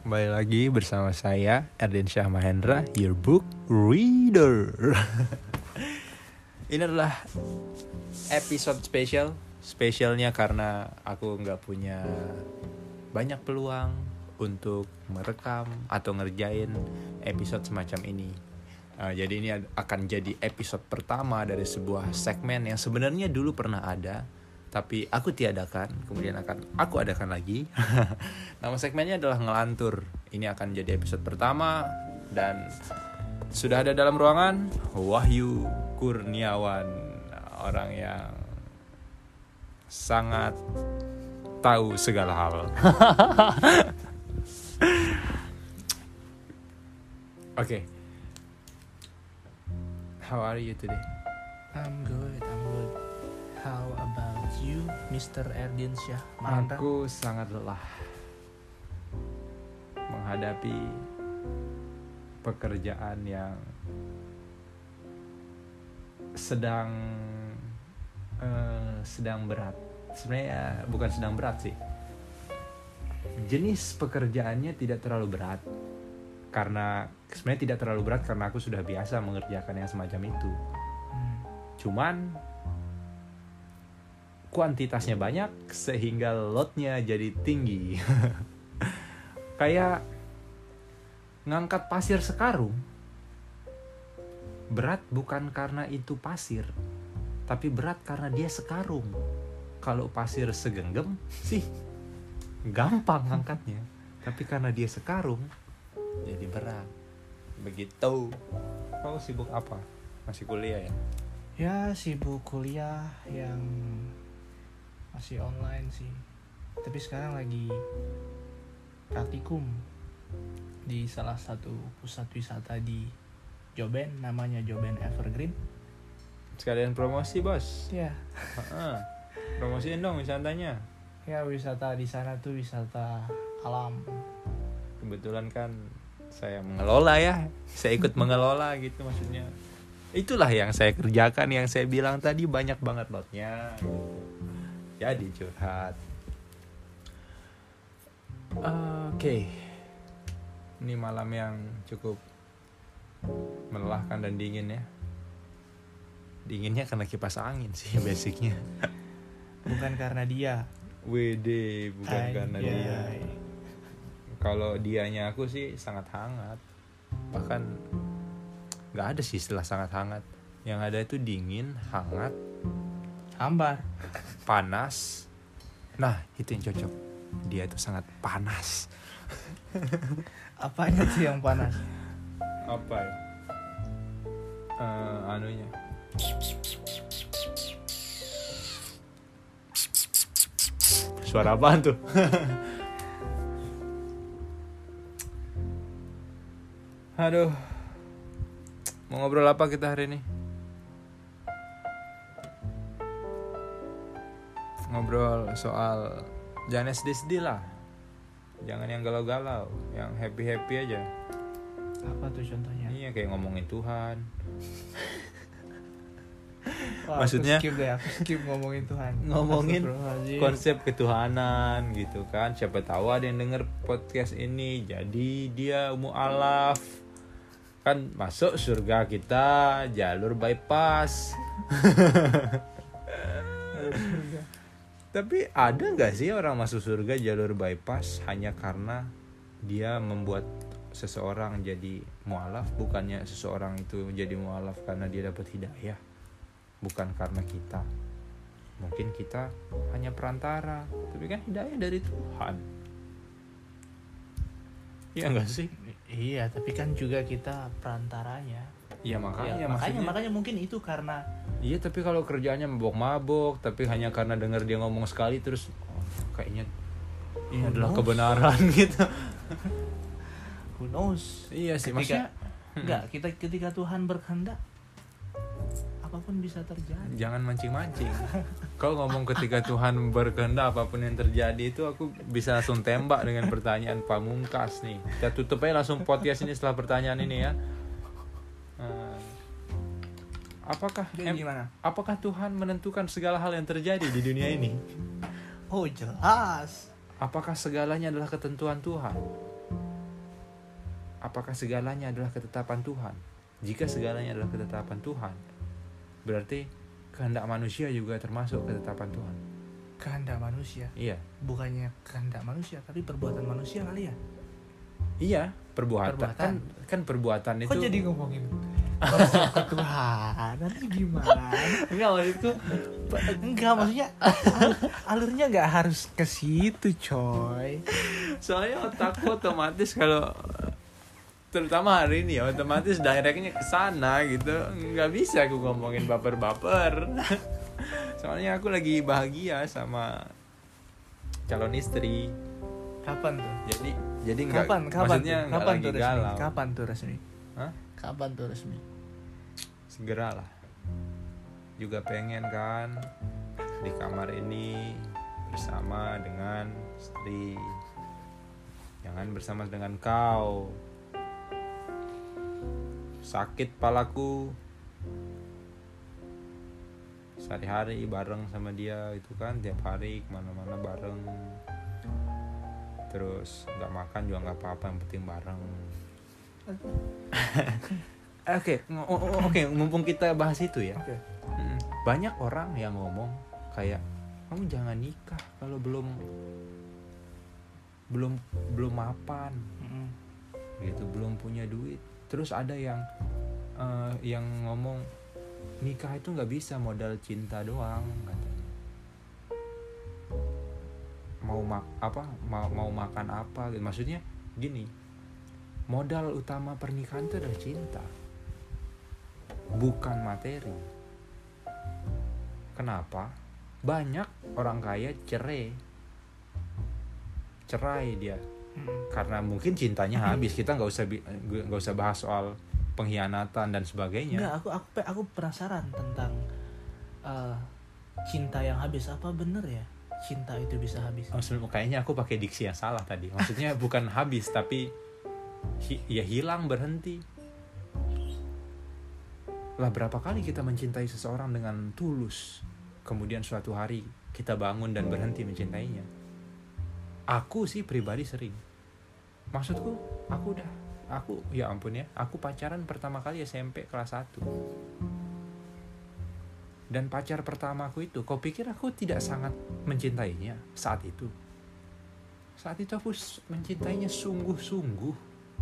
Kembali lagi bersama saya Erdiansyah Mahendra, your book reader. Ini adalah episode spesialnya karena aku nggak punya banyak peluang untuk merekam atau ngerjain episode semacam ini. Jadi ini akan jadi episode pertama dari sebuah segmen yang sebenarnya dulu pernah ada, tapi aku tiadakan, kemudian akan aku adakan lagi. Nama segmennya adalah Ngelantur. Ini akan jadi episode pertama dan sudah ada dalam ruangan Wahyu Kurniawan, orang yang sangat tahu segala hal. Oke. How are you today? I'm good. How about you, Mr. Erdiansyah Mahendra? Aku sangat lelah menghadapi pekerjaan yang sedang berat. Sebenarnya bukan sedang berat sih. Jenis pekerjaannya tidak terlalu berat. Karena sebenarnya tidak terlalu berat karena aku sudah biasa mengerjakan yang semacam itu. Cuman kuantitasnya banyak sehingga loadnya jadi tinggi. Kayak ngangkat pasir sekarung. Berat bukan karena itu pasir, tapi berat karena dia sekarung. Kalau pasir segenggam sih gampang ngangkatnya, tapi karena dia sekarung jadi berat. Begitu. Kau sibuk apa? Masih kuliah ya? Ya, sibuk kuliah yang masih online sih. Tapi sekarang lagi praktikum di salah satu pusat wisata di Joben, namanya Joben Evergreen. Sekalian promosi, Bos. Ya. Promosiin dong wisatanya. Ya, wisata di sana tuh wisata alam. Kebetulan kan saya mengelola ya. Saya ikut mengelola gitu maksudnya. Itulah yang saya kerjakan, yang saya bilang tadi banyak banget lotnya gitu. Jadi curhat. Oke. Ini malam yang cukup melelahkan dan dingin ya. Dinginnya karena kipas angin sih basicnya. Bukan karena dia. Wede, bukan karena dia. Kalau dianya aku sih sangat hangat. Bahkan gak ada sih istilah sangat hangat. Yang ada itu dingin, hangat, Hambar. panas. Nah, itu yang cocok. Dia itu sangat panas. Apanya tuh yang panas? Apa ya? Anunya. Suara apaan tuh? Aduh. Mau ngobrol apa kita hari ini? Ngobrol soal jangan sedih-sedih lah. Jangan yang galau-galau, yang happy-happy aja. Apa tuh contohnya? Iya, kayak ngomongin Tuhan. Wah, Maksudnya aku skip ngomongin Tuhan. Ngomongin Astagfirullahaladzim. konsep ketuhanan gitu kan. Siapa tahu ada yang denger podcast ini jadi dia mu'alaf. Kan masuk surga kita jalur bypass. Tapi ada gak sih orang masuk surga jalur bypass hanya karena dia membuat seseorang jadi mu'alaf? Bukannya seseorang itu jadi mu'alaf karena dia dapat hidayah, bukan karena kita. Mungkin kita hanya perantara, tapi kan hidayah dari Tuhan. Iya gak sih? Iya, tapi kan juga kita perantaranya. Iya makanya, makanya mungkin itu karena iya, tapi kalau kerjaannya mabok-mabok, tapi hanya karena dengar dia ngomong sekali terus kayaknya ini adalah kebenaran gitu. Who knows? Iya sih, maksudnya ketika Tuhan berkehendak apapun bisa terjadi. jangan mancing-mancing. Kau ngomong ketika Tuhan berkehendak apapun yang terjadi itu aku bisa langsung tembak dengan pertanyaan pamungkas nih. Kita tutup aja langsung podcast ini setelah pertanyaan ini ya. Apakah Tuhan menentukan segala hal yang terjadi di dunia ini? Oh jelas. Apakah segalanya adalah ketentuan Tuhan? apakah segalanya adalah ketetapan Tuhan? Jika segalanya adalah ketetapan Tuhan, berarti kehendak manusia juga termasuk ketetapan Tuhan. Kehendak manusia. Iya. Bukannya kehendak manusia, tapi perbuatan manusia kali ya? Iya, perbuatan. Kan perbuatan itu. Kok jadi ngomongin konsep ketuhanan gimana? Enggak, maksudku Enggak, maksudnya alurnya nggak harus ke situ, coy. soalnya otakku otomatis kalau terutama hari ini ya otomatis directnya ke sana gitu. Nggak bisa aku ngomongin baper-baper. Soalnya aku lagi bahagia sama calon istri. Kapan tuh? Jadi nggak, maksudnya nggak kapan lagi tuh resmi? galau. Kapan tuh resmi? Hah? Kapan tuh resmi? Segera lah. Juga pengen kan di kamar ini bersama dengan istri. Jangan bersama dengan kau. Sakit palaku. Sehari-hari bareng sama dia itu kan, tiap hari kemana-mana bareng. Terus nggak makan juga nggak apa-apa, yang penting bareng. Oke, mumpung kita bahas itu ya. Oke. Banyak orang yang ngomong kayak kamu jangan nikah kalau belum mapan, gitu, belum punya duit. Terus ada yang ngomong nikah itu nggak bisa modal cinta doang katanya. Mau makan apa gitu. Maksudnya gini, modal utama pernikahan itu adalah cinta, bukan materi. Kenapa? Banyak orang kaya cerai dia karena mungkin cintanya habis. Kita nggak usah bahas soal pengkhianatan dan sebagainya. Enggak, aku penasaran tentang cinta yang habis. Apa bener ya cinta itu bisa habis? Kayaknya aku pakai diksi yang salah tadi. Maksudnya bukan habis tapi hilang, berhenti. Lah berapa kali kita mencintai seseorang dengan tulus, kemudian suatu hari kita bangun dan berhenti mencintainya. Aku sih pribadi sering. Maksudku aku ya ampun ya, aku pacaran pertama kali SMP kelas 1. Dan pacar pertamaku itu, kau pikir aku tidak sangat mencintainya saat itu? Saat itu aku mencintainya sungguh-sungguh.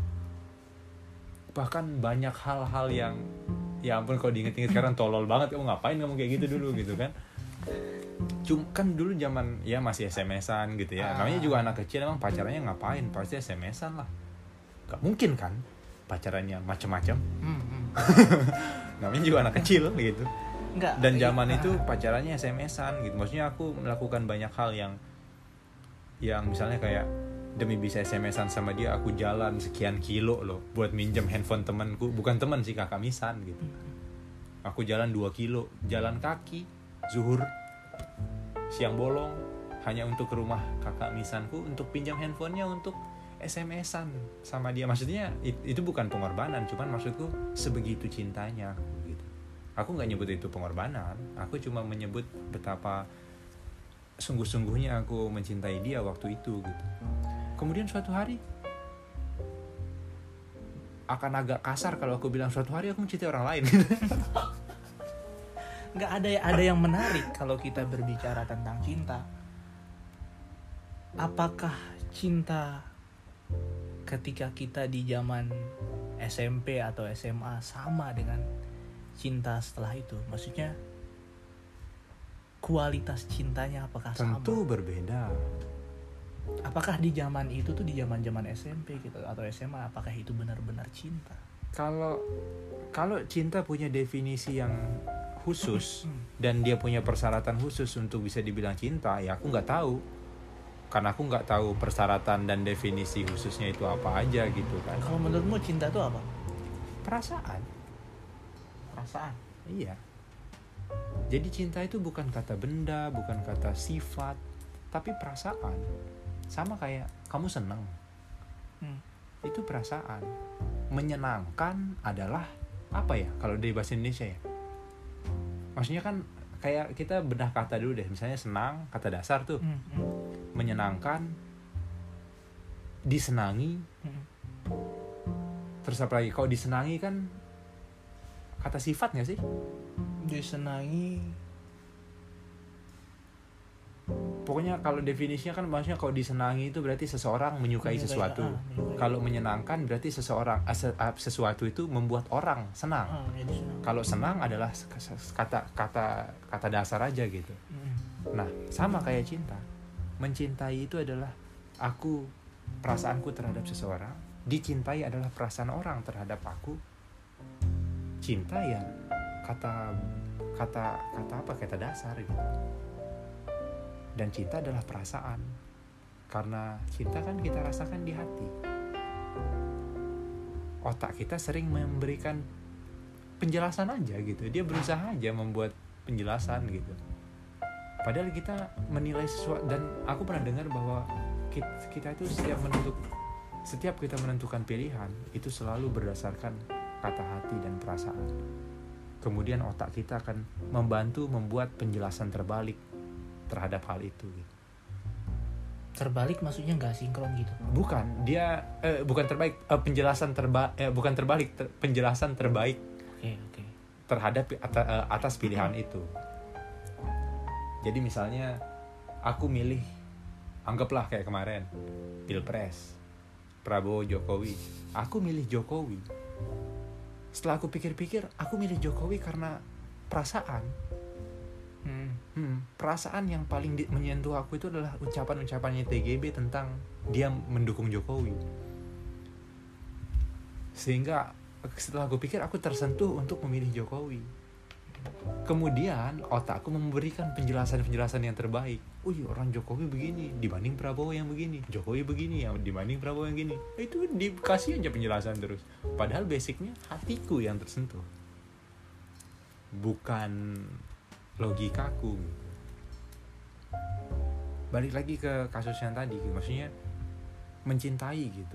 Bahkan banyak hal-hal yang ya ampun kalau diinget-inget sekarang tolol banget. Kamu ngapain kamu kayak gitu dulu gitu kan? Kan dulu zaman ya masih SMS-an gitu ya. Namanya juga anak kecil, emang pacarannya ngapain? Pasti SMS-an lah. Gak mungkin kan pacarannya macem-macem. Namanya juga anak kecil gitu. Enggak, dan zaman itu pacarannya SMS-an gitu. Maksudnya aku melakukan banyak hal yang misalnya kayak demi bisa SMS-an sama dia aku jalan sekian kilo loh buat minjem handphone temanku, bukan teman sih, kakak misan gitu. Aku jalan 2 kilo jalan kaki zuhur siang bolong hanya untuk ke rumah kakak misanku untuk pinjam handphonenya untuk SMS-an sama dia. Maksudnya itu bukan pengorbanan, cuman maksudku sebegitu cintanya gitu. Aku nggak nyebut itu pengorbanan, aku cuma menyebut betapa sungguh-sungguhnya aku mencintai dia waktu itu gitu. Kemudian suatu hari akan agak kasar kalau aku bilang suatu hari aku mencintai orang lain. Nggak ada yang menarik kalau kita berbicara tentang cinta. Apakah cinta ketika kita di zaman SMP atau SMA sama dengan cinta setelah itu? Maksudnya kualitas cintanya apakah sama? Tentu berbeda. Apakah di zaman itu tuh, di zaman SMP gitu atau SMA, apakah itu benar-benar cinta? Kalau cinta punya definisi yang khusus dan dia punya persyaratan khusus untuk bisa dibilang cinta, ya aku nggak tahu. Karena aku nggak tahu persyaratan dan definisi khususnya itu apa aja gitu kan. Kalau menurutmu cinta itu apa? Perasaan. Iya. Jadi cinta itu bukan kata benda, bukan kata sifat, tapi perasaan. Sama kayak kamu senang. Itu perasaan. Menyenangkan adalah apa ya kalau dari bahasa Indonesia ya? Maksudnya kan kayak kita bedah kata dulu deh. Misalnya senang, kata dasar tuh. Menyenangkan, disenangi, Terus apa lagi? Kalau disenangi kan kata sifat nggak sih? Disenangi. Pokoknya kalau definisinya kan maksudnya kalau disenangi itu berarti seseorang menyukai sesuatu. menyukai. Kalau menyenangkan berarti sesuatu itu membuat orang senang. Ya disenangi. Kalau senang adalah kata dasar aja gitu. Nah, sama kayak cinta. Mencintai itu adalah perasaanku terhadap seseorang. Dicintai adalah perasaan orang terhadap aku. Cinta ya kata dasar gitu. Dan cinta adalah perasaan. Karena cinta kan kita rasakan di hati. Otak kita sering memberikan penjelasan aja gitu. Dia berusaha aja membuat penjelasan gitu. Padahal kita menilai sesuatu, dan aku pernah dengar bahwa kita itu setiap kita menentukan pilihan itu selalu berdasarkan kata hati dan perasaan. Kemudian otak kita akan membantu membuat penjelasan terbalik terhadap hal itu gitu. Terbalik maksudnya nggak sinkron gitu? Bukan, dia bukan terbaik, penjelasan terbaik Oke. terhadap atas pilihan itu. Jadi misalnya aku milih, anggaplah kayak kemarin Pilpres Prabowo Jokowi, aku milih Jokowi. Setelah aku pikir-pikir, aku milih Jokowi karena perasaan. Perasaan yang paling menyentuh aku itu adalah ucapan-ucapannya TGB tentang dia mendukung Jokowi. Sehingga setelah aku pikir, aku tersentuh untuk memilih Jokowi. Kemudian otakku memberikan penjelasan-penjelasan yang terbaik. Orang Jokowi begini dibanding Prabowo yang begini, Jokowi begini yang dibanding Prabowo yang gini. Itu dikasih aja penjelasan terus. Padahal basicnya hatiku yang tersentuh, bukan logikaku. Balik lagi ke kasus yang tadi, maksudnya mencintai gitu.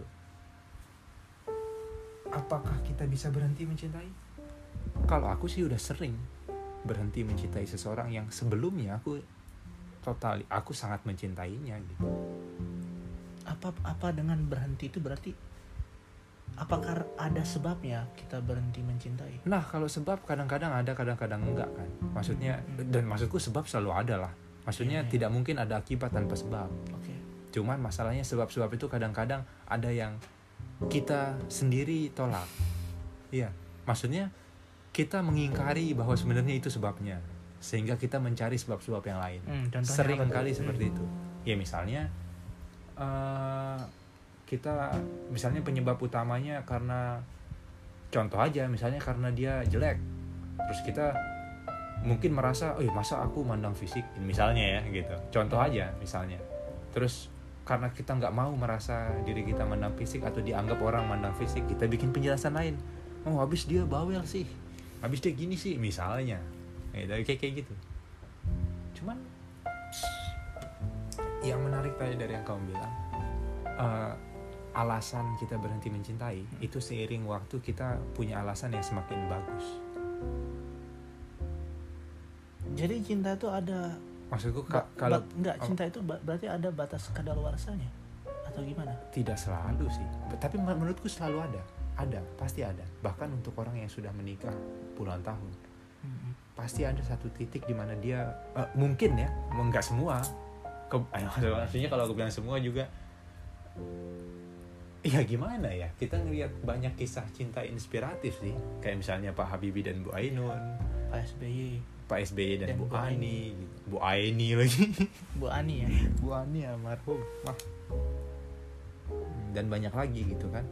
Apakah kita bisa berhenti mencintai? Kalau aku sih udah sering berhenti mencintai seseorang yang sebelumnya aku sangat mencintainya gitu. Apa dengan berhenti itu berarti apakah ada sebabnya kita berhenti mencintai? Nah, kalau sebab kadang-kadang ada, kadang-kadang enggak kan. Maksudnya, dan maksudku sebab selalu ada lah. Maksudnya tidak mungkin ada akibat tanpa sebab. Cuman masalahnya sebab-sebab itu kadang-kadang ada yang kita sendiri tolak. Iya, maksudnya kita mengingkari bahwa sebenarnya itu sebabnya, sehingga kita mencari sebab-sebab yang lain. Sering kali seperti itu. Ya misalnya kita misalnya penyebab utamanya karena, contoh aja misalnya karena dia jelek, terus kita mungkin merasa masa aku mandang fisik misalnya ya gitu, contoh aja misalnya. Terus karena kita nggak mau merasa diri kita mandang fisik atau dianggap orang mandang fisik, kita bikin penjelasan lain. Habis dia bawel sih, habis dia gini sih misalnya, kayak gitu. Cuman yang menarik tadi dari yang kamu bilang, alasan kita berhenti mencintai itu seiring waktu kita punya alasan yang semakin bagus. Jadi cinta itu ada, maksudku kalau cinta itu berarti ada batas kadaluarsanya atau gimana? Tidak selalu sih, tapi menurutku selalu ada, pasti ada. Bahkan untuk orang yang sudah menikah puluhan tahun, pasti ada satu titik di mana dia mungkin ya, enggak semua. Maksudnya kalau aku bilang semua juga, ya gimana ya, kita ngelihat banyak kisah cinta inspiratif sih, kayak misalnya Pak Habibie dan Bu Ainun, Pak SBY dan Bu Ani gitu. Bu Aini lagi Bu Ani ya, Bu Ani almarhum dan banyak lagi gitu kan.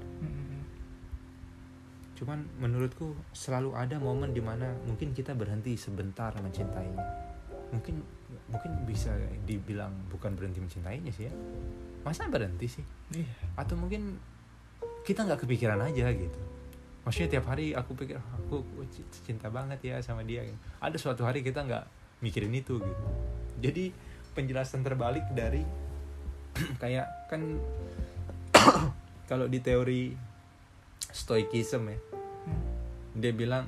Cuman menurutku selalu ada momen dimana mungkin kita berhenti sebentar mencintainya. Mungkin bisa dibilang bukan berhenti mencintainya sih ya, masa berhenti sih? Atau mungkin kita nggak kepikiran aja gitu. Maksudnya tiap hari aku pikir aku cinta banget ya sama dia. Ada suatu hari kita nggak mikirin itu gitu. Jadi penjelasan terbalik dari kayak kan kalau di teori stoikism ya, dia bilang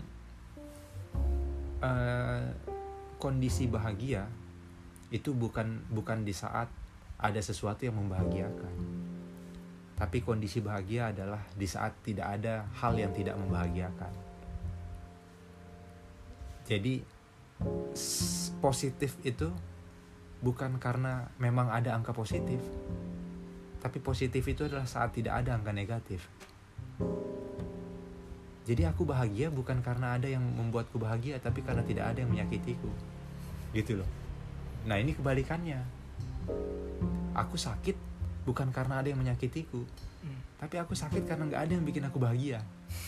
kondisi bahagia itu bukan di saat ada sesuatu yang membahagiakan. Tapi kondisi bahagia adalah di saat tidak ada hal yang tidak membahagiakan. Jadi positif itu bukan karena memang ada angka positif, tapi positif itu adalah saat tidak ada angka negatif. Jadi aku bahagia bukan karena ada yang membuatku bahagia, tapi karena tidak ada yang menyakitiku. Gitu loh. Nah ini kebalikannya. Aku sakit bukan karena ada yang menyakitiku, tapi aku sakit karena gak ada yang bikin aku bahagia.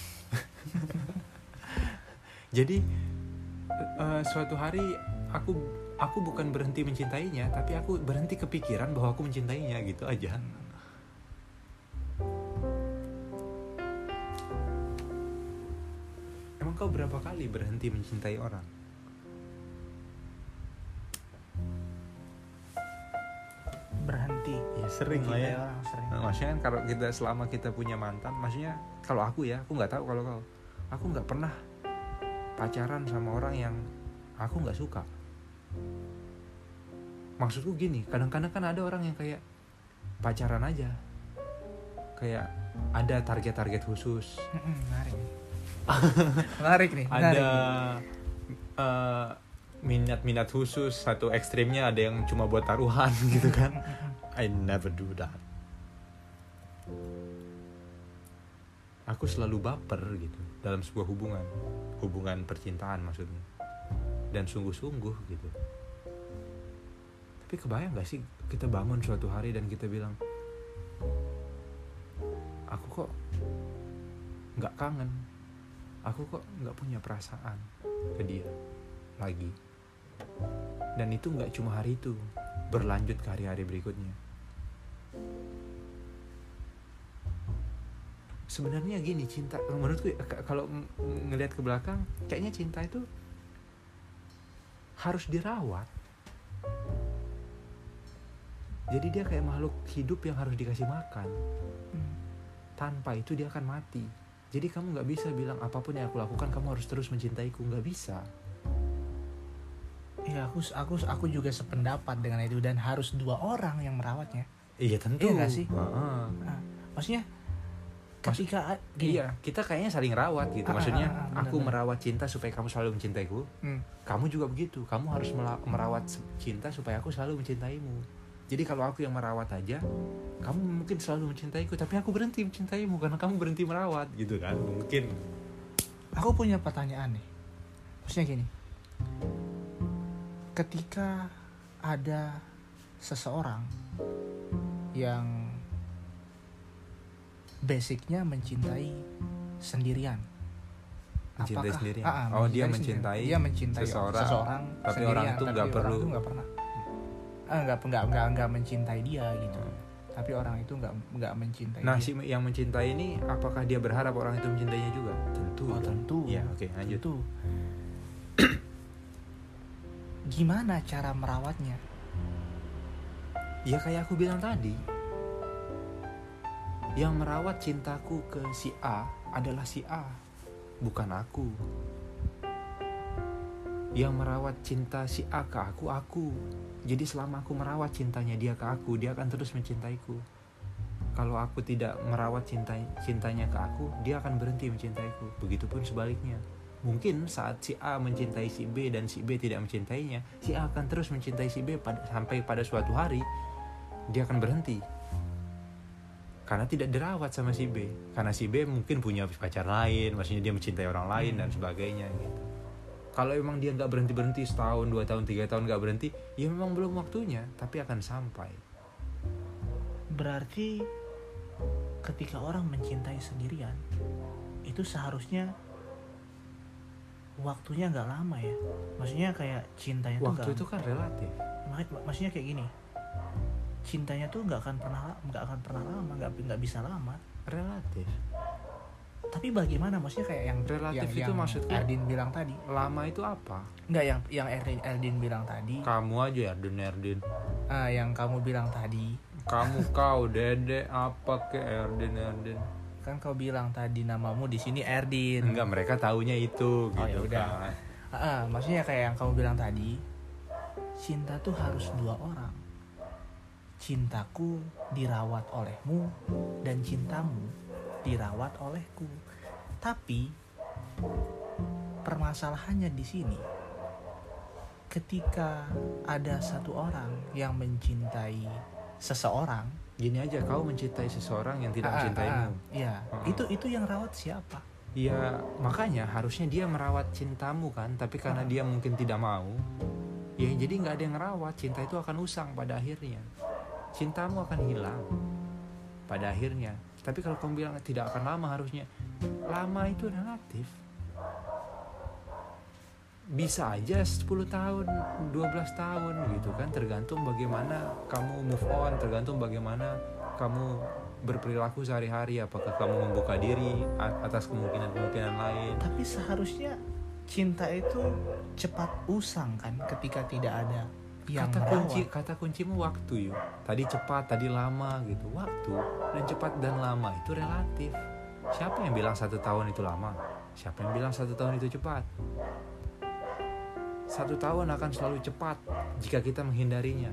Jadi suatu hari aku bukan berhenti mencintainya, tapi aku berhenti kepikiran bahwa aku mencintainya, gitu aja. Emang kau berapa kali berhenti mencintai orang? Berhenti Ya sering lah ya. orang, sering. Nah, maksudnya kan kalau kita selama kita punya mantan, maksudnya kalau aku ya, aku nggak tahu kalau kau, aku nggak pernah pacaran sama orang yang aku nggak suka. Maksudku gini, kadang-kadang kan ada orang yang kayak pacaran aja, kayak ada target-target khusus. Menarik nih. Ada minat-minat khusus. Satu ekstrimnya ada yang cuma buat taruhan gitu kan. I never do that. Aku selalu baper gitu dalam sebuah hubungan percintaan maksudnya, dan sungguh-sungguh gitu. Tapi kebayang gak sih kita bangun suatu hari dan kita bilang, aku kok gak kangen, aku kok gak punya perasaan ke dia lagi. Dan itu gak cuma hari itu, berlanjut ke hari-hari berikutnya. Sebenarnya gini, cinta menurutku kalau ngelihat ke belakang, kayaknya cinta itu harus dirawat. Jadi dia kayak makhluk hidup yang harus dikasih makan. Tanpa itu dia akan mati. Jadi kamu gak bisa bilang apapun yang aku lakukan kamu harus terus mencintaiku, gak bisa. Iya, aku juga sependapat dengan itu, dan harus 2 orang yang merawatnya. Iya tentu. Iya gak sih? Nah, maksudnya ketika iya, kita kayaknya saling rawat gitu. Maksudnya aku merawat cinta supaya kamu selalu mencintaiku. Kamu juga begitu. Kamu harus merawat cinta supaya aku selalu mencintaimu. Jadi kalau aku yang merawat aja, kamu mungkin selalu mencintaiku, tapi aku berhenti mencintaimu karena kamu berhenti merawat, gitu kan? Mungkin. Aku punya pertanyaan nih. Maksudnya gini. Ketika ada seseorang yang basicnya mencintai sendirian. Mencintai Apakah, sendirian? Dia mencintai seseorang tapi sendirian, orang itu nggak perlu. Orang itu nggak pernah. Nggak mencintai dia gitu. Tapi orang itu nggak mencintai nah, dia. si yang mencintai ini, apakah dia berharap orang itu mencintainya juga? Tentu. Oh, tentu. Ya, oke, lanjut. Tentu. Gimana cara merawatnya? Ya kayak aku bilang tadi, yang merawat cintaku ke si A adalah si A, bukan aku. Yang merawat cinta si A ke aku. Jadi selama aku merawat cintanya dia ke aku, dia akan terus mencintaiku. Kalau aku tidak merawat cintanya ke aku, dia akan berhenti mencintaiku. Begitupun sebaliknya. Mungkin saat si A mencintai si B dan si B tidak mencintainya, si A akan terus mencintai si B sampai pada suatu hari dia akan berhenti. Karena tidak dirawat sama si B. Karena si B mungkin punya pacar lain, maksudnya dia mencintai orang lain dan sebagainya gitu. Kalau emang dia gak berhenti-berhenti setahun, 2 tahun, 3 tahun gak berhenti, ya memang belum waktunya, tapi akan sampai. Berarti ketika orang mencintai sendirian, itu seharusnya waktunya gak lama ya. Maksudnya kayak cintanya tuh waktu itu kan relatif. Maksudnya kayak gini, cintanya tuh gak akan pernah lama, gak bisa lama. Relatif. Tapi bagaimana, maksudnya kayak yang relatif itu yang maksudku Erdin bilang tadi. Lama itu apa? Enggak, yang Erdin bilang tadi. Kamu aja Erdin. Yang kamu bilang tadi. Kau Dede apa ke Erdin? Kan kau bilang tadi namamu di sini Erdin. Enggak, mereka taunya itu gitu. Ya udah. Kan. Maksudnya kayak yang kamu bilang tadi, cinta tuh harus 2 orang. cintaku dirawat olehmu dan cintamu dirawat olehku. Tapi permasalahannya di sini, ketika ada satu orang yang mencintai seseorang, Gini aja, kau mencintai seseorang yang tidak mencintaimu. ya, itu yang rawat siapa? Ya makanya harusnya dia merawat cintamu kan, tapi karena dia mungkin tidak mau, ya jadi nggak ada yang ngerawat. Cinta itu akan usang pada akhirnya, cintamu akan hilang pada akhirnya. Tapi kalau kamu bilang tidak akan lama, harusnya lama itu relatif. Bisa aja 10 tahun, 12 tahun gitu kan, tergantung bagaimana kamu move on, tergantung bagaimana kamu berperilaku sehari-hari. Apakah kamu membuka diri atas kemungkinan-kemungkinan lain. Tapi seharusnya cinta itu cepat usang kan ketika tidak ada yang merawat. Kata kuncimu waktu yuk. Tadi cepat, tadi lama gitu. Waktu dan cepat dan lama itu relatif. Siapa yang bilang 1 tahun itu lama? Siapa yang bilang 1 tahun itu cepat? 1 tahun akan selalu cepat jika kita menghindarinya.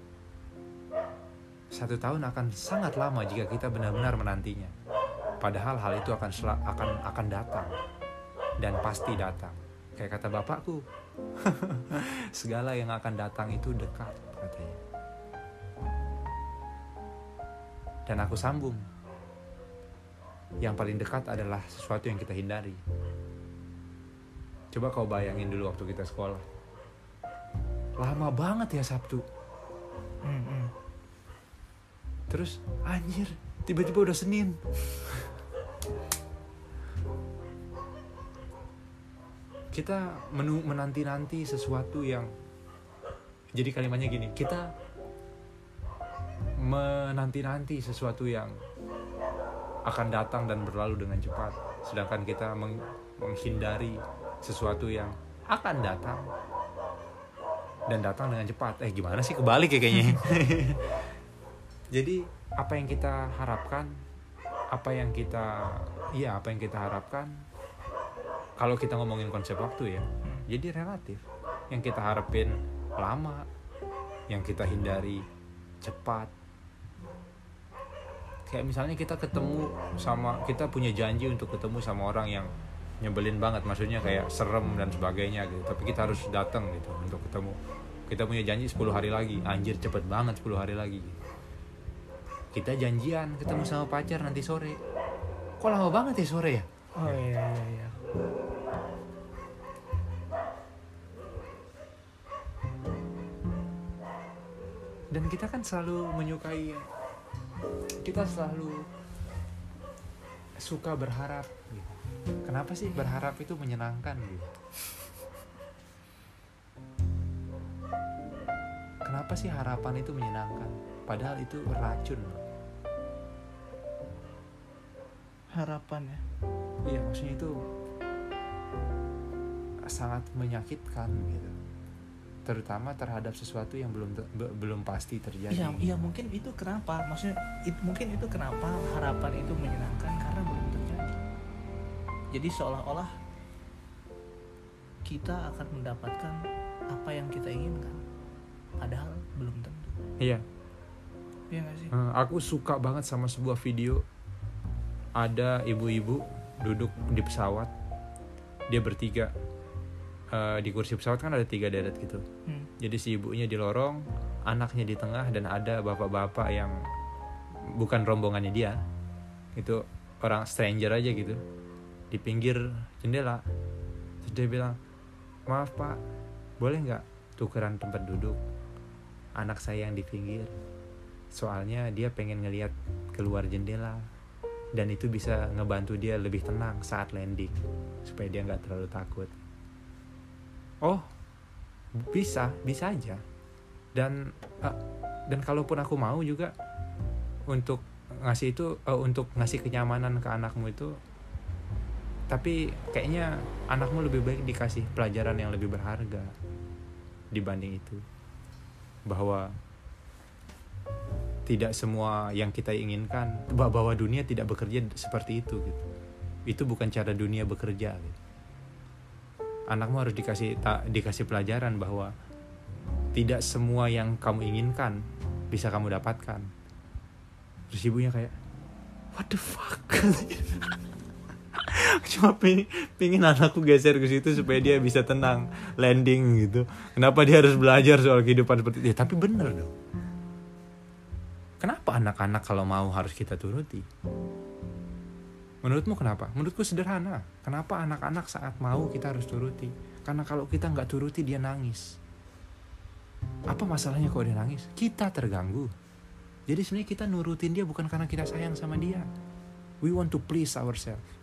1 tahun akan sangat lama jika kita benar-benar menantinya. Padahal hal itu akan datang dan pasti datang. Kayak kata bapakku, segala yang akan datang itu dekat katanya. Dan aku sambung, yang paling dekat adalah sesuatu yang kita hindari. Coba kau bayangin dulu waktu kita sekolah, lama banget ya Sabtu. Terus anjir, tiba-tiba udah Senin. Kita menanti-nanti sesuatu yang, jadi kalimatnya gini, kita menanti-nanti sesuatu yang akan datang dan berlalu dengan cepat, sedangkan kita menghindari sesuatu yang akan datang dan datang dengan cepat. Gimana sih, kebalik ya kayaknya. Jadi apa yang kita harapkan, apa yang kita harapkan, kalau kita ngomongin konsep waktu ya, jadi relatif. Yang kita harapin lama, yang kita hindari cepat. Kayak misalnya kita kita punya janji untuk ketemu sama orang yang nyebelin banget, maksudnya kayak serem dan sebagainya gitu, tapi kita harus datang gitu untuk ketemu. Kita punya janji 10 hari lagi, anjir cepet banget 10 hari lagi. Kita janjian ketemu sama pacar nanti sore, kok lama banget ya sore ya? Oh iya. Dan kita kan selalu menyukai, kita selalu suka berharap gitu. Kenapa sih berharap itu menyenangkan gitu? Kenapa sih harapan itu menyenangkan? Padahal itu racun loh. Harapan ya. Iya, maksudnya itu sangat menyakitkan gitu. Terutama terhadap sesuatu yang belum pasti terjadi. Iya, mungkin itu kenapa. Maksudnya mungkin itu kenapa harapan itu menyenangkan, karena belum terjadi. Jadi seolah-olah kita akan mendapatkan apa yang kita inginkan, padahal belum tentu. Iya. Iya nggak sih? Aku suka banget sama sebuah video. Ada ibu-ibu duduk di pesawat, dia bertiga. Di kursi pesawat kan ada 3 deret gitu. Jadi si ibunya di lorong, anaknya di tengah, dan ada bapak-bapak yang bukan rombongannya dia. Itu orang stranger aja gitu, di pinggir jendela. Terus dia bilang, "Maaf Pak, boleh nggak tukeran tempat duduk? Anak saya yang di pinggir. Soalnya dia pengen ngelihat keluar jendela, dan itu bisa ngebantu dia lebih tenang saat landing, supaya dia nggak terlalu takut." Oh, bisa aja. Dan kalaupun aku mau juga untuk ngasih itu, untuk ngasih kenyamanan ke anakmu itu, tapi kayaknya anakmu lebih baik dikasih pelajaran yang lebih berharga dibanding itu, bahwa tidak semua yang kita inginkan, bahwa dunia tidak bekerja seperti itu gitu. Itu bukan cara dunia bekerja gitu. Anakmu harus dikasih pelajaran bahwa tidak semua yang kamu inginkan bisa kamu dapatkan. Terus ibunya kayak, what the fuck? Cuma pingin anakku geser ke situ supaya dia bisa tenang, landing gitu. Kenapa dia harus belajar soal kehidupan seperti itu? Ya, tapi bener dong. Kenapa anak-anak kalau mau harus kita turuti? Menurutmu kenapa? Menurutku sederhana. Kenapa anak-anak saat mau kita harus turuti? Karena kalau kita nggak turuti dia nangis. Apa masalahnya kalau dia nangis? Kita terganggu. Jadi sebenarnya kita nurutin dia bukan karena kita sayang sama dia. We want to please ourselves.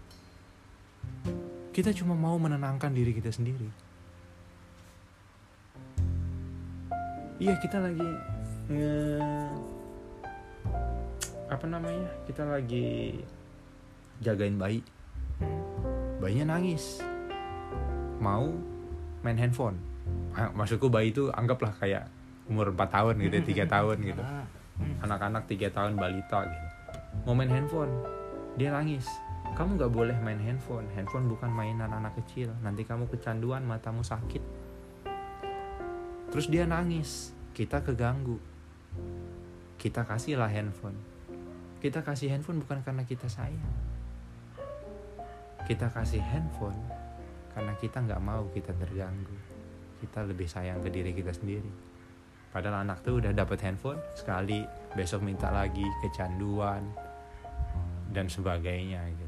Kita cuma mau menenangkan diri kita sendiri. Iya, kita lagi kita lagi jagain bayi. Bayinya nangis, mau main handphone. Maksudku bayi itu anggaplah kayak umur 4 tahun gitu, 3 tahun gitu. Anak-anak 3 tahun, balita gitu. Mau main handphone, dia nangis. Kamu gak boleh main handphone. Handphone bukan mainan anak kecil. Nanti kamu kecanduan, matamu sakit. Terus dia nangis, kita keganggu. Kita kasihlah handphone. Kita kasih handphone bukan karena kita sayang. Kita kasih handphone karena kita gak mau kita terganggu. Kita lebih sayang ke diri kita sendiri. Padahal anak tuh udah dapet handphone sekali, besok minta lagi, kecanduan dan sebagainya gitu.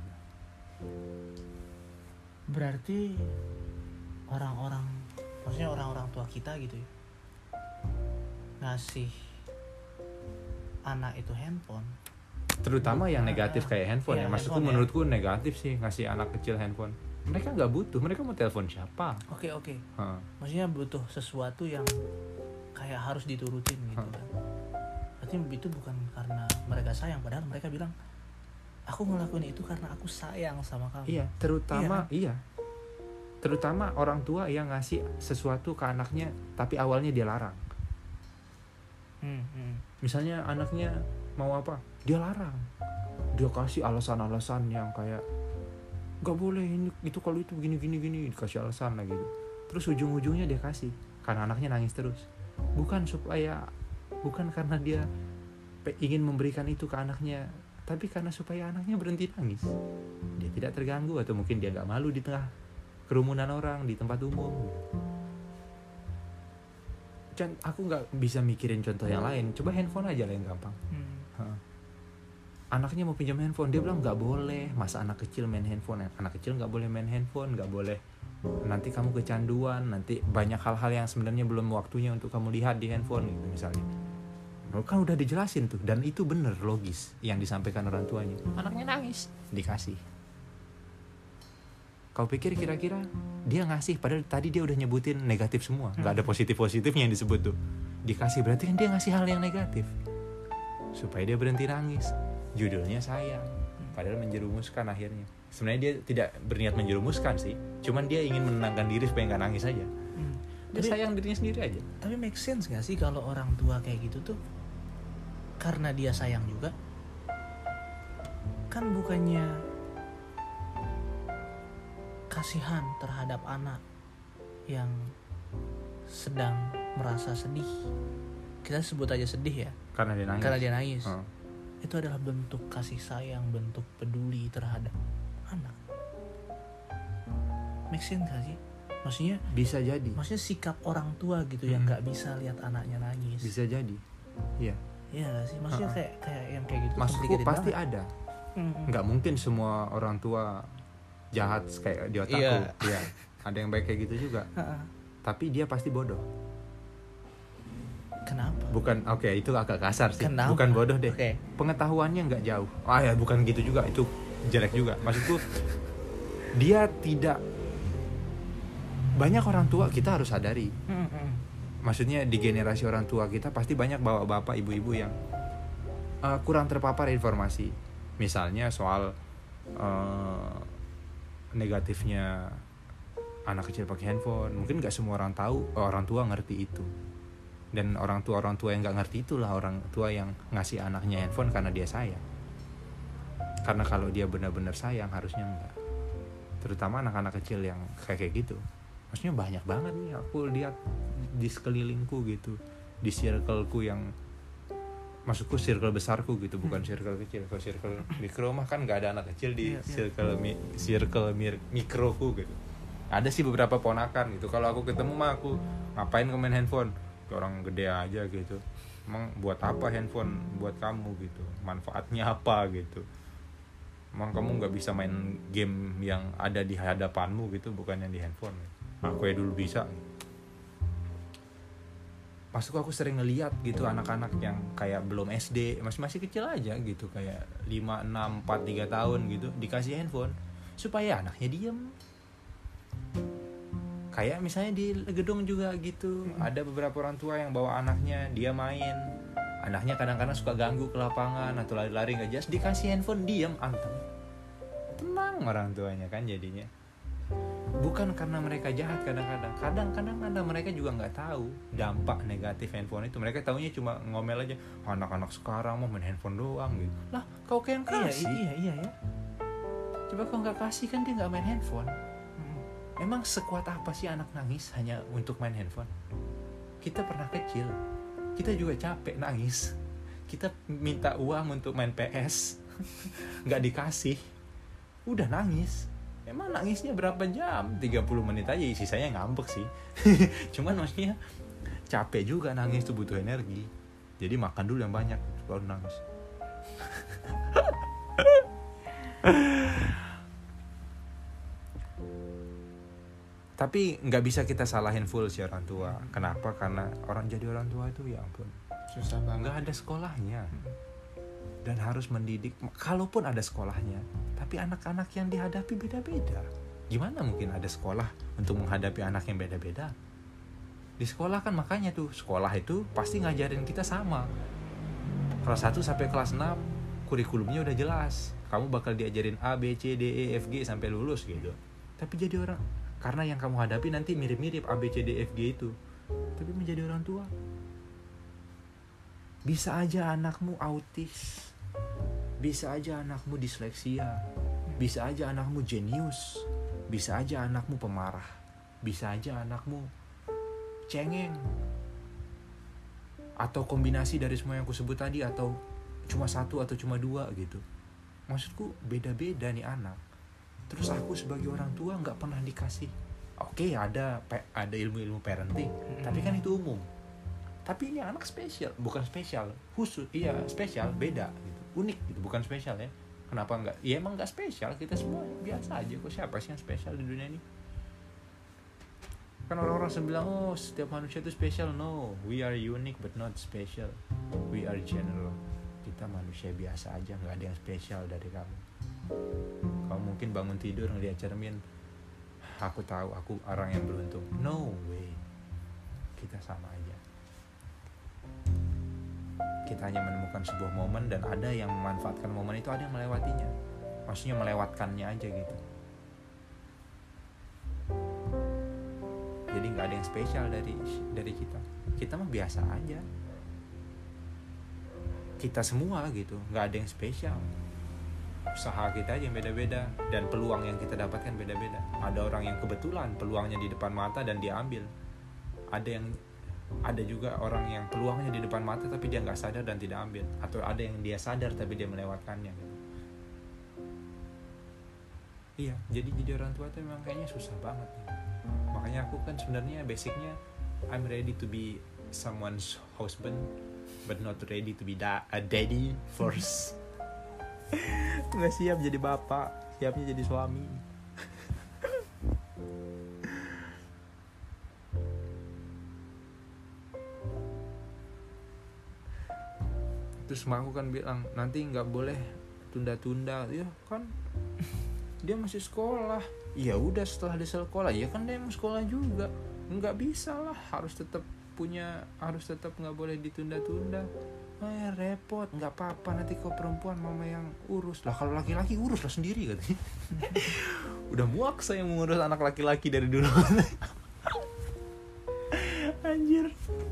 Berarti maksudnya orang-orang tua kita gitu ya, ngasih anak itu handphone, terutama yang negatif kayak handphone ya. Maksudku handphone, menurutku negatif sih ngasih anak kecil handphone. Mereka nggak butuh, mereka mau telepon siapa? Oke. Maksudnya butuh sesuatu yang kayak harus diturutin gitu kan. Berarti itu bukan karena mereka sayang, padahal mereka bilang, aku ngelakuin itu karena aku sayang sama kamu. Iya, terutama orang tua yang ngasih sesuatu ke anaknya tapi awalnya dia larang. Misalnya anaknya mau apa, dia larang. Dia kasih alasan-alasan yang kayak gak boleh ini itu, kalau itu gini dikasih alasan lagi gitu. Terus ujung-ujungnya dia kasih karena anaknya nangis terus. Bukan karena dia ingin memberikan itu ke anaknya, tapi karena supaya anaknya berhenti nangis. Dia tidak terganggu, atau mungkin dia gak malu di tengah kerumunan orang, di tempat umum. Aku gak bisa mikirin contoh yang lain. Coba handphone aja lah yang gampang. Anaknya mau pinjam handphone, dia bilang gak boleh. Masa anak kecil main handphone? Anak kecil gak boleh main handphone, gak boleh. Nanti kamu kecanduan, nanti banyak hal-hal yang sebenarnya belum waktunya untuk kamu lihat di handphone gitu misalnya. Kan udah dijelasin tuh, dan itu bener, logis yang disampaikan orang tuanya. Anaknya nangis, dikasih. Kau pikir kira-kira dia ngasih, padahal tadi dia udah nyebutin negatif semua, nggak ada positif-positifnya yang disebut tuh. Dikasih berarti kan dia ngasih hal yang negatif supaya dia berhenti nangis. Judulnya sayang, padahal menjerumuskan akhirnya. Sebenarnya dia tidak berniat menjerumuskan sih, cuman dia ingin menenangkan diri supaya nggak nangis aja. Dia sayang dirinya sendiri aja. Tapi make sense nggak sih kalau orang tua kayak gitu tuh? Karena dia sayang juga, kan bukannya kasihan terhadap anak yang sedang merasa sedih, kita sebut aja sedih ya, karena dia nangis. Itu adalah bentuk kasih sayang, bentuk peduli terhadap anak. Make sense gak sih? Maksudnya bisa jadi. Maksudnya sikap orang tua gitu yang nggak bisa lihat anaknya nangis. Bisa jadi. Iya. Iya gak sih? Maksudnya kayak yang kayak gitu. Maksudku pasti banget ada. Nggak mungkin semua orang tua jahat kayak di otakku. Iya. Ada yang baik kayak gitu juga. Tapi dia pasti bodoh. Kenapa? Bukan, itu agak kasar sih. Kenapa? Bukan bodoh deh. Okay. Pengetahuannya nggak jauh. Ya bukan gitu juga. Itu jelek juga. Maksudku dia tidak. Banyak orang tua kita harus sadari. Maksudnya di generasi orang tua kita pasti banyak bapak-bapak, ibu-ibu yang kurang terpapar informasi. Misalnya soal negatifnya anak kecil pakai handphone. Mungkin nggak semua orang tua ngerti itu. Dan orang tua yang nggak ngerti itulah orang tua yang ngasih anaknya handphone karena dia sayang. Karena kalau dia benar-benar sayang harusnya enggak. Terutama anak-anak kecil yang kayak gitu. Maksudnya banyak banget nih aku lihat di sekelilingku gitu, di circleku yang maksudku circle besarku gitu, bukan circle kecil. Kalau circle mikro mah kan nggak ada anak kecil di circle mikroku gitu. Ada sih beberapa ponakan gitu. Kalau aku ketemu mah aku ngapain main handphone, orang gede aja gitu. Emang buat apa handphone buat kamu gitu, manfaatnya apa gitu. Emang kamu nggak bisa main game yang ada di hadapanmu gitu, bukan yang di handphone. Aku ya dulu bisa. Maksudku aku sering ngeliat gitu anak-anak yang kayak belum SD, masih kecil aja gitu, kayak 5, 6, 4, 3 tahun gitu, dikasih handphone supaya anaknya diem. Kayak misalnya di gedung juga gitu, ada beberapa orang tua yang bawa anaknya, dia main. Anaknya kadang-kadang suka ganggu ke lapangan atau lari-lari gak jelas, dikasih handphone, diem, anteng. Tenang orang tuanya kan jadinya. Bukan karena mereka jahat, kadang-kadang mereka juga nggak tahu dampak negatif handphone itu. Mereka taunya cuma ngomel aja, anak-anak sekarang mau main handphone doang gitu. Lah kau kayak yang kasih. Iya ya. Coba kau nggak kasih kan dia nggak main handphone. Emang sekuat apa sih anak nangis hanya untuk main handphone? Kita pernah kecil, kita juga capek nangis, kita minta uang untuk main PS, nggak dikasih, udah nangis. Emang nangisnya berapa jam? 30 menit aja, sisanya ngambek sih. Cuman maksudnya capek juga nangis tuh, butuh energi. Jadi makan dulu yang banyak baru nangis. Tapi nggak bisa kita salahin full si orang tua. Kenapa? Karena jadi orang tua itu ya ampun susah banget. Nggak ada sekolahnya. Dan harus mendidik, kalaupun ada sekolahnya, tapi anak-anak yang dihadapi beda-beda. Gimana mungkin ada sekolah untuk menghadapi anak yang beda-beda? Di sekolah kan makanya tuh, sekolah itu pasti ngajarin kita sama. Kelas 1 sampai kelas 6, kurikulumnya udah jelas. Kamu bakal diajarin A, B, C, D, E, F, G sampai lulus gitu. Tapi jadi orang, karena yang kamu hadapi nanti mirip-mirip A, B, C, D, F, G itu. Tapi menjadi orang tua, bisa aja anakmu autis, bisa aja anakmu disleksia, bisa aja anakmu jenius, bisa aja anakmu pemarah, bisa aja anakmu cengeng, atau kombinasi dari semua yang aku sebut tadi, atau cuma satu atau cuma dua gitu. Maksudku beda-beda nih anak. Terus aku sebagai orang tua nggak pernah dikasih. Oke, ada ilmu-ilmu parenting, tapi kan itu umum. Tapi ini anak spesial, bukan spesial, khusus, iya spesial, beda gitu, unik gitu, bukan spesial ya. Kenapa enggak? Ya emang enggak spesial, kita semua biasa aja kok. Siapa sih yang spesial di dunia ini? Kan orang-orang bilang, oh setiap manusia itu spesial. No, we are unique but not special. We are general. Kita manusia biasa aja, nggak ada yang spesial dari kamu. Kamu mungkin bangun tidur ngeliat cermin, aku tahu aku orang yang beruntung. No way, kita sama aja. Kita hanya menemukan sebuah momen, dan ada yang memanfaatkan momen itu, ada yang melewatinya. Maksudnya melewatkannya aja gitu. Jadi nggak ada yang spesial dari kita. Kita mah biasa aja. Kita semua gitu, nggak ada yang spesial. Usaha kita aja yang beda-beda, dan peluang yang kita dapatkan beda-beda. Ada orang yang kebetulan peluangnya di depan mata dan dia ambil. Ada juga orang yang peluangnya di depan mata tapi dia nggak sadar dan tidak ambil. Atau ada yang dia sadar tapi dia melewatkannya gitu. Iya, jadi orang tua itu memang kayaknya susah banget gitu. Makanya aku kan sebenarnya basicnya I'm ready to be someone's husband but not ready to be a daddy first. Nggak siap jadi bapak, siapnya jadi suami. Terus aku kan bilang, nanti nggak boleh tunda-tunda. Ya kan dia masih sekolah. Ya udah, setelah dia sekolah, ya kan dia mau sekolah juga. Nggak bisa lah, harus tetap nggak boleh ditunda-tunda. Repot, nggak apa-apa, nanti kau perempuan mama yang urus lah. Kalau laki-laki urus lah sendiri katanya. Udah muak saya mengurus anak laki-laki dari dulu. Anjir.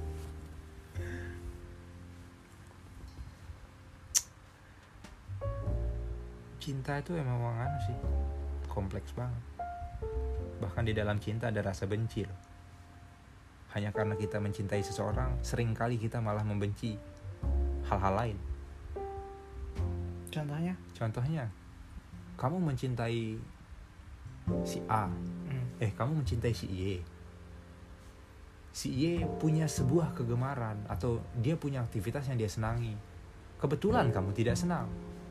Cinta itu emang sih kompleks banget. Bahkan di dalam cinta ada rasa benci loh. Hanya karena kita mencintai seseorang, seringkali kita malah membenci hal-hal lain. Contohnya? Kamu mencintai si A, kamu mencintai si Y. Si Y punya sebuah kegemaran atau dia punya aktivitas yang dia senangi. Kebetulan kamu tidak senang.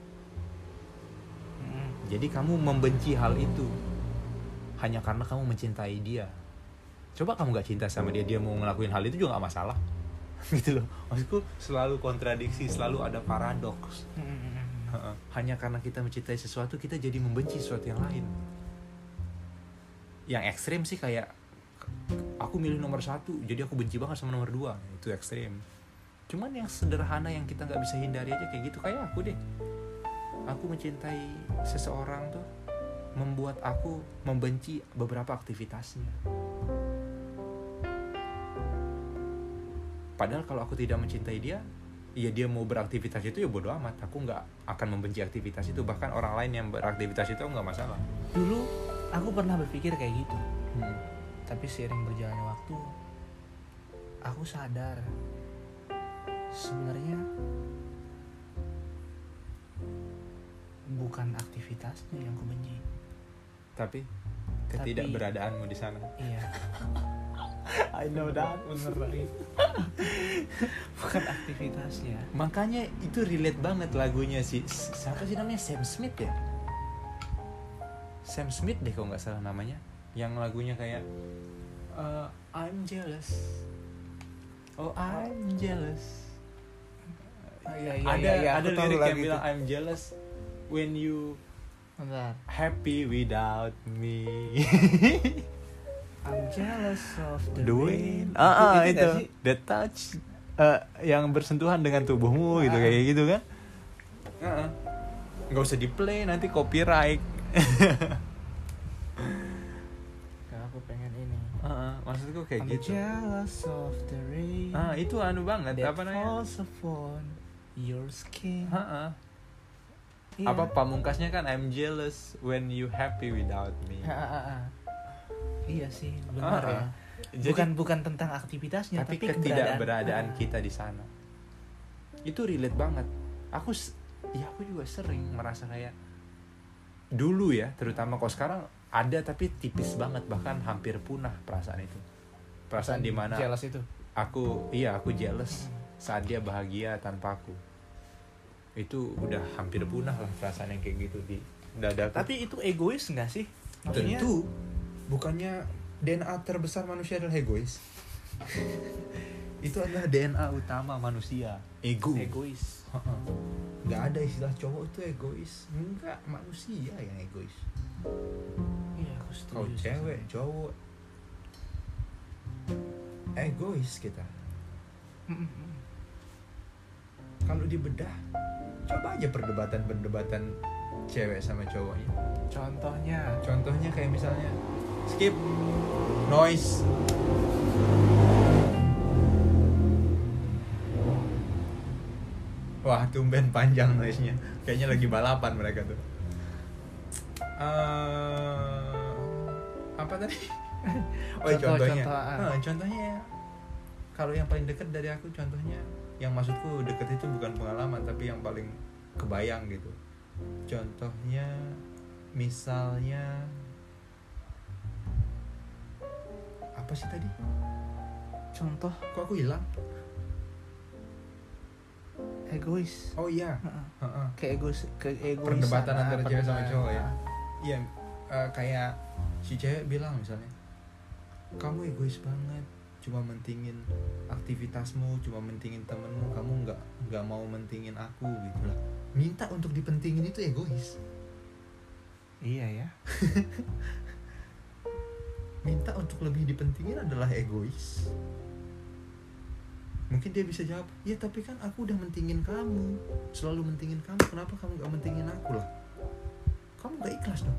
Jadi kamu membenci hal itu hanya karena kamu mencintai dia. Coba kamu gak cinta sama dia, dia mau ngelakuin hal itu juga gak masalah. Gitu loh. Maksudku selalu kontradiksi, selalu ada paradoks. Hanya karena kita mencintai sesuatu, kita jadi membenci sesuatu yang lain. Yang ekstrim sih kayak aku milih nomor 1, jadi aku benci banget sama nomor 2. Itu ekstrim. Cuman yang sederhana yang kita gak bisa hindari aja kayak gitu. Kayak aku deh, aku mencintai seseorang tuh membuat aku membenci beberapa aktivitasnya. Padahal kalau aku tidak mencintai dia, ya dia mau beraktivitas itu ya bodo amat. Aku nggak akan membenci aktivitas itu. Bahkan orang lain yang beraktivitas itu nggak masalah. Dulu aku pernah berpikir kayak gitu. Tapi seiring berjalannya waktu, aku sadar sebenarnya bukan aktivitasnya yang aku benci, tapi ketidakberadaanmu di sana. Iya. I know that. Bener banget. Bukan aktivitasnya. Makanya itu relate banget lagunya siapa sih namanya, Sam Smith ya? Sam Smith deh kalau nggak salah namanya. Yang lagunya kayak I'm jealous. Oh I'm jealous. Ada lirik yang bilang I'm jealous when you happy without me. I'm jealous of the rain. Itu the touch yang bersentuhan dengan tubuhmu gitu, kayak gitu kan. Nggak usah di play nanti copyright. Aku pengen ini. Maksudku kayak I'm gitu. Jealous of the rain. Itu anu banget that apa namanya? falls upon your skin. Iya. Apa pamungkasnya kan I'm jealous when you happy without me. Iya sih, benar ya. Jadi, bukan tentang aktivitasnya, tapi ketidakberadaan kita di sana. Itu relate banget. Aku juga sering merasa kayak dulu ya, terutama kalau sekarang ada tapi tipis banget, bahkan hampir punah perasaan itu. Perasaan di mana jealous itu. Aku jealous saat dia bahagia tanpa aku. Itu udah hampir punah lah perasaan yang kayak gitu di dadaku. Tapi itu egois enggak sih? Maksudnya, tentu. Bukannya DNA terbesar manusia adalah egois. Itu adalah DNA utama manusia. Egois. Gak ada istilah cowok itu egois. Enggak, manusia yang egois. Iya, aku setuju. Kalau cewek, cowok, egois kita. Kalau dibedah, coba aja perdebatan cewek sama cowoknya. Contohnya kayak misalnya skip noise. Wah, tumben panjang noise-nya. Kayaknya lagi balapan mereka tuh. Apa tadi? Contohnya kalau yang paling dekat dari aku, contohnya yang maksudku dekat itu bukan pengalaman tapi yang paling kebayang gitu. Contohnya misalnya apa sih tadi? Contoh? Kok aku hilang? Egois. Oh iya. Keegoisan. Perdebatan antara cewek sama cowok ya. Iya, kayak si cewek bilang misalnya, kamu egois banget, cuma mentingin aktivitasmu, cuma mentingin temenmu, kamu nggak mau mentingin aku gitu lah. Minta untuk dipentingin itu egois. Iya ya. Minta untuk lebih dipentingin adalah egois. Mungkin dia bisa jawab, ya tapi kan aku udah mentingin kamu, selalu mentingin kamu, kenapa kamu gak mentingin aku lah? Kamu gak ikhlas dong.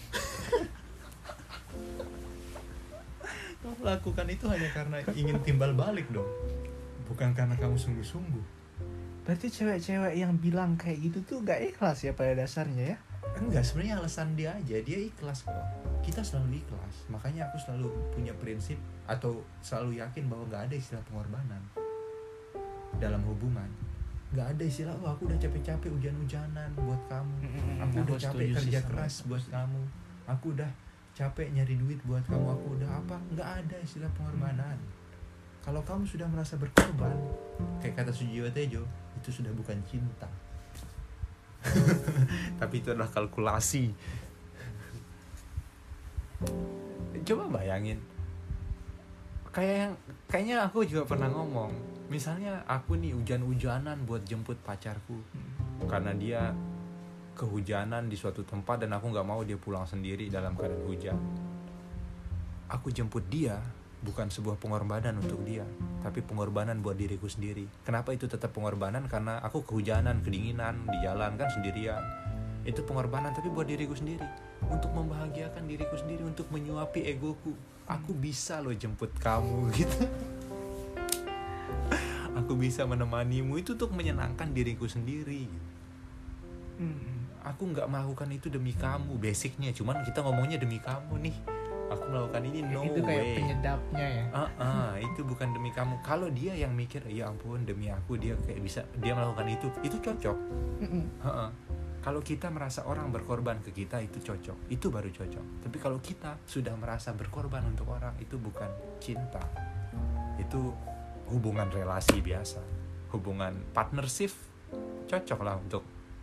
Kamu lakukan itu hanya karena ingin timbal balik dong, bukan karena kamu sungguh-sungguh. Berarti cewek-cewek yang bilang kayak gitu tuh gak ikhlas ya pada dasarnya ya? Enggak, sebenarnya alasan dia aja, dia ikhlas kok. Kita selalu ikhlas, makanya aku selalu punya prinsip atau selalu yakin bahwa gak ada istilah pengorbanan dalam hubungan. nggak ada istilah aku udah capek-capek hujan-hujanan buat kamu, aku Aku udah capek setuju sih kerja sama keras itu. buat kamu, aku udah capek nyari duit buat kamu, aku udah apa, nggak ada istilah pengorbanan. Kalau kamu sudah merasa berkorban, kayak kata Sujiwo Tejo, itu sudah bukan cinta. Tapi itu adalah kalkulasi. Coba bayangin, kayaknya aku juga pernah ngomong, misalnya aku nih hujan-hujanan buat jemput pacarku karena dia kehujanan di suatu tempat dan aku nggak mau dia pulang sendiri dalam keadaan hujan. Aku jemput dia bukan sebuah pengorbanan untuk dia, tapi pengorbanan buat diriku sendiri. Kenapa itu tetap pengorbanan? Karena aku kehujanan, kedinginan di jalan kan sendirian. Itu pengorbanan tapi buat diriku sendiri, untuk membahagiakan diriku sendiri, untuk menyuapi egoku. Aku bisa loh jemput kamu gitu. Aku bisa menemanimu, itu untuk menyenangkan diriku sendiri. Aku nggak melakukan itu demi kamu, basicnya. Cuman kita ngomongnya demi kamu nih. Aku melakukan ini no Itu kayak way. penyedapnya ya. Itu bukan demi kamu. Kalau dia yang mikir, ya ampun demi aku dia kayak bisa, dia melakukan itu cocok. Kalau kita merasa orang berkorban ke kita, itu cocok, itu baru cocok. Tapi kalau kita sudah merasa berkorban untuk orang, itu bukan cinta. Itu hubungan relasi biasa, hubungan partnership cocok lah untuk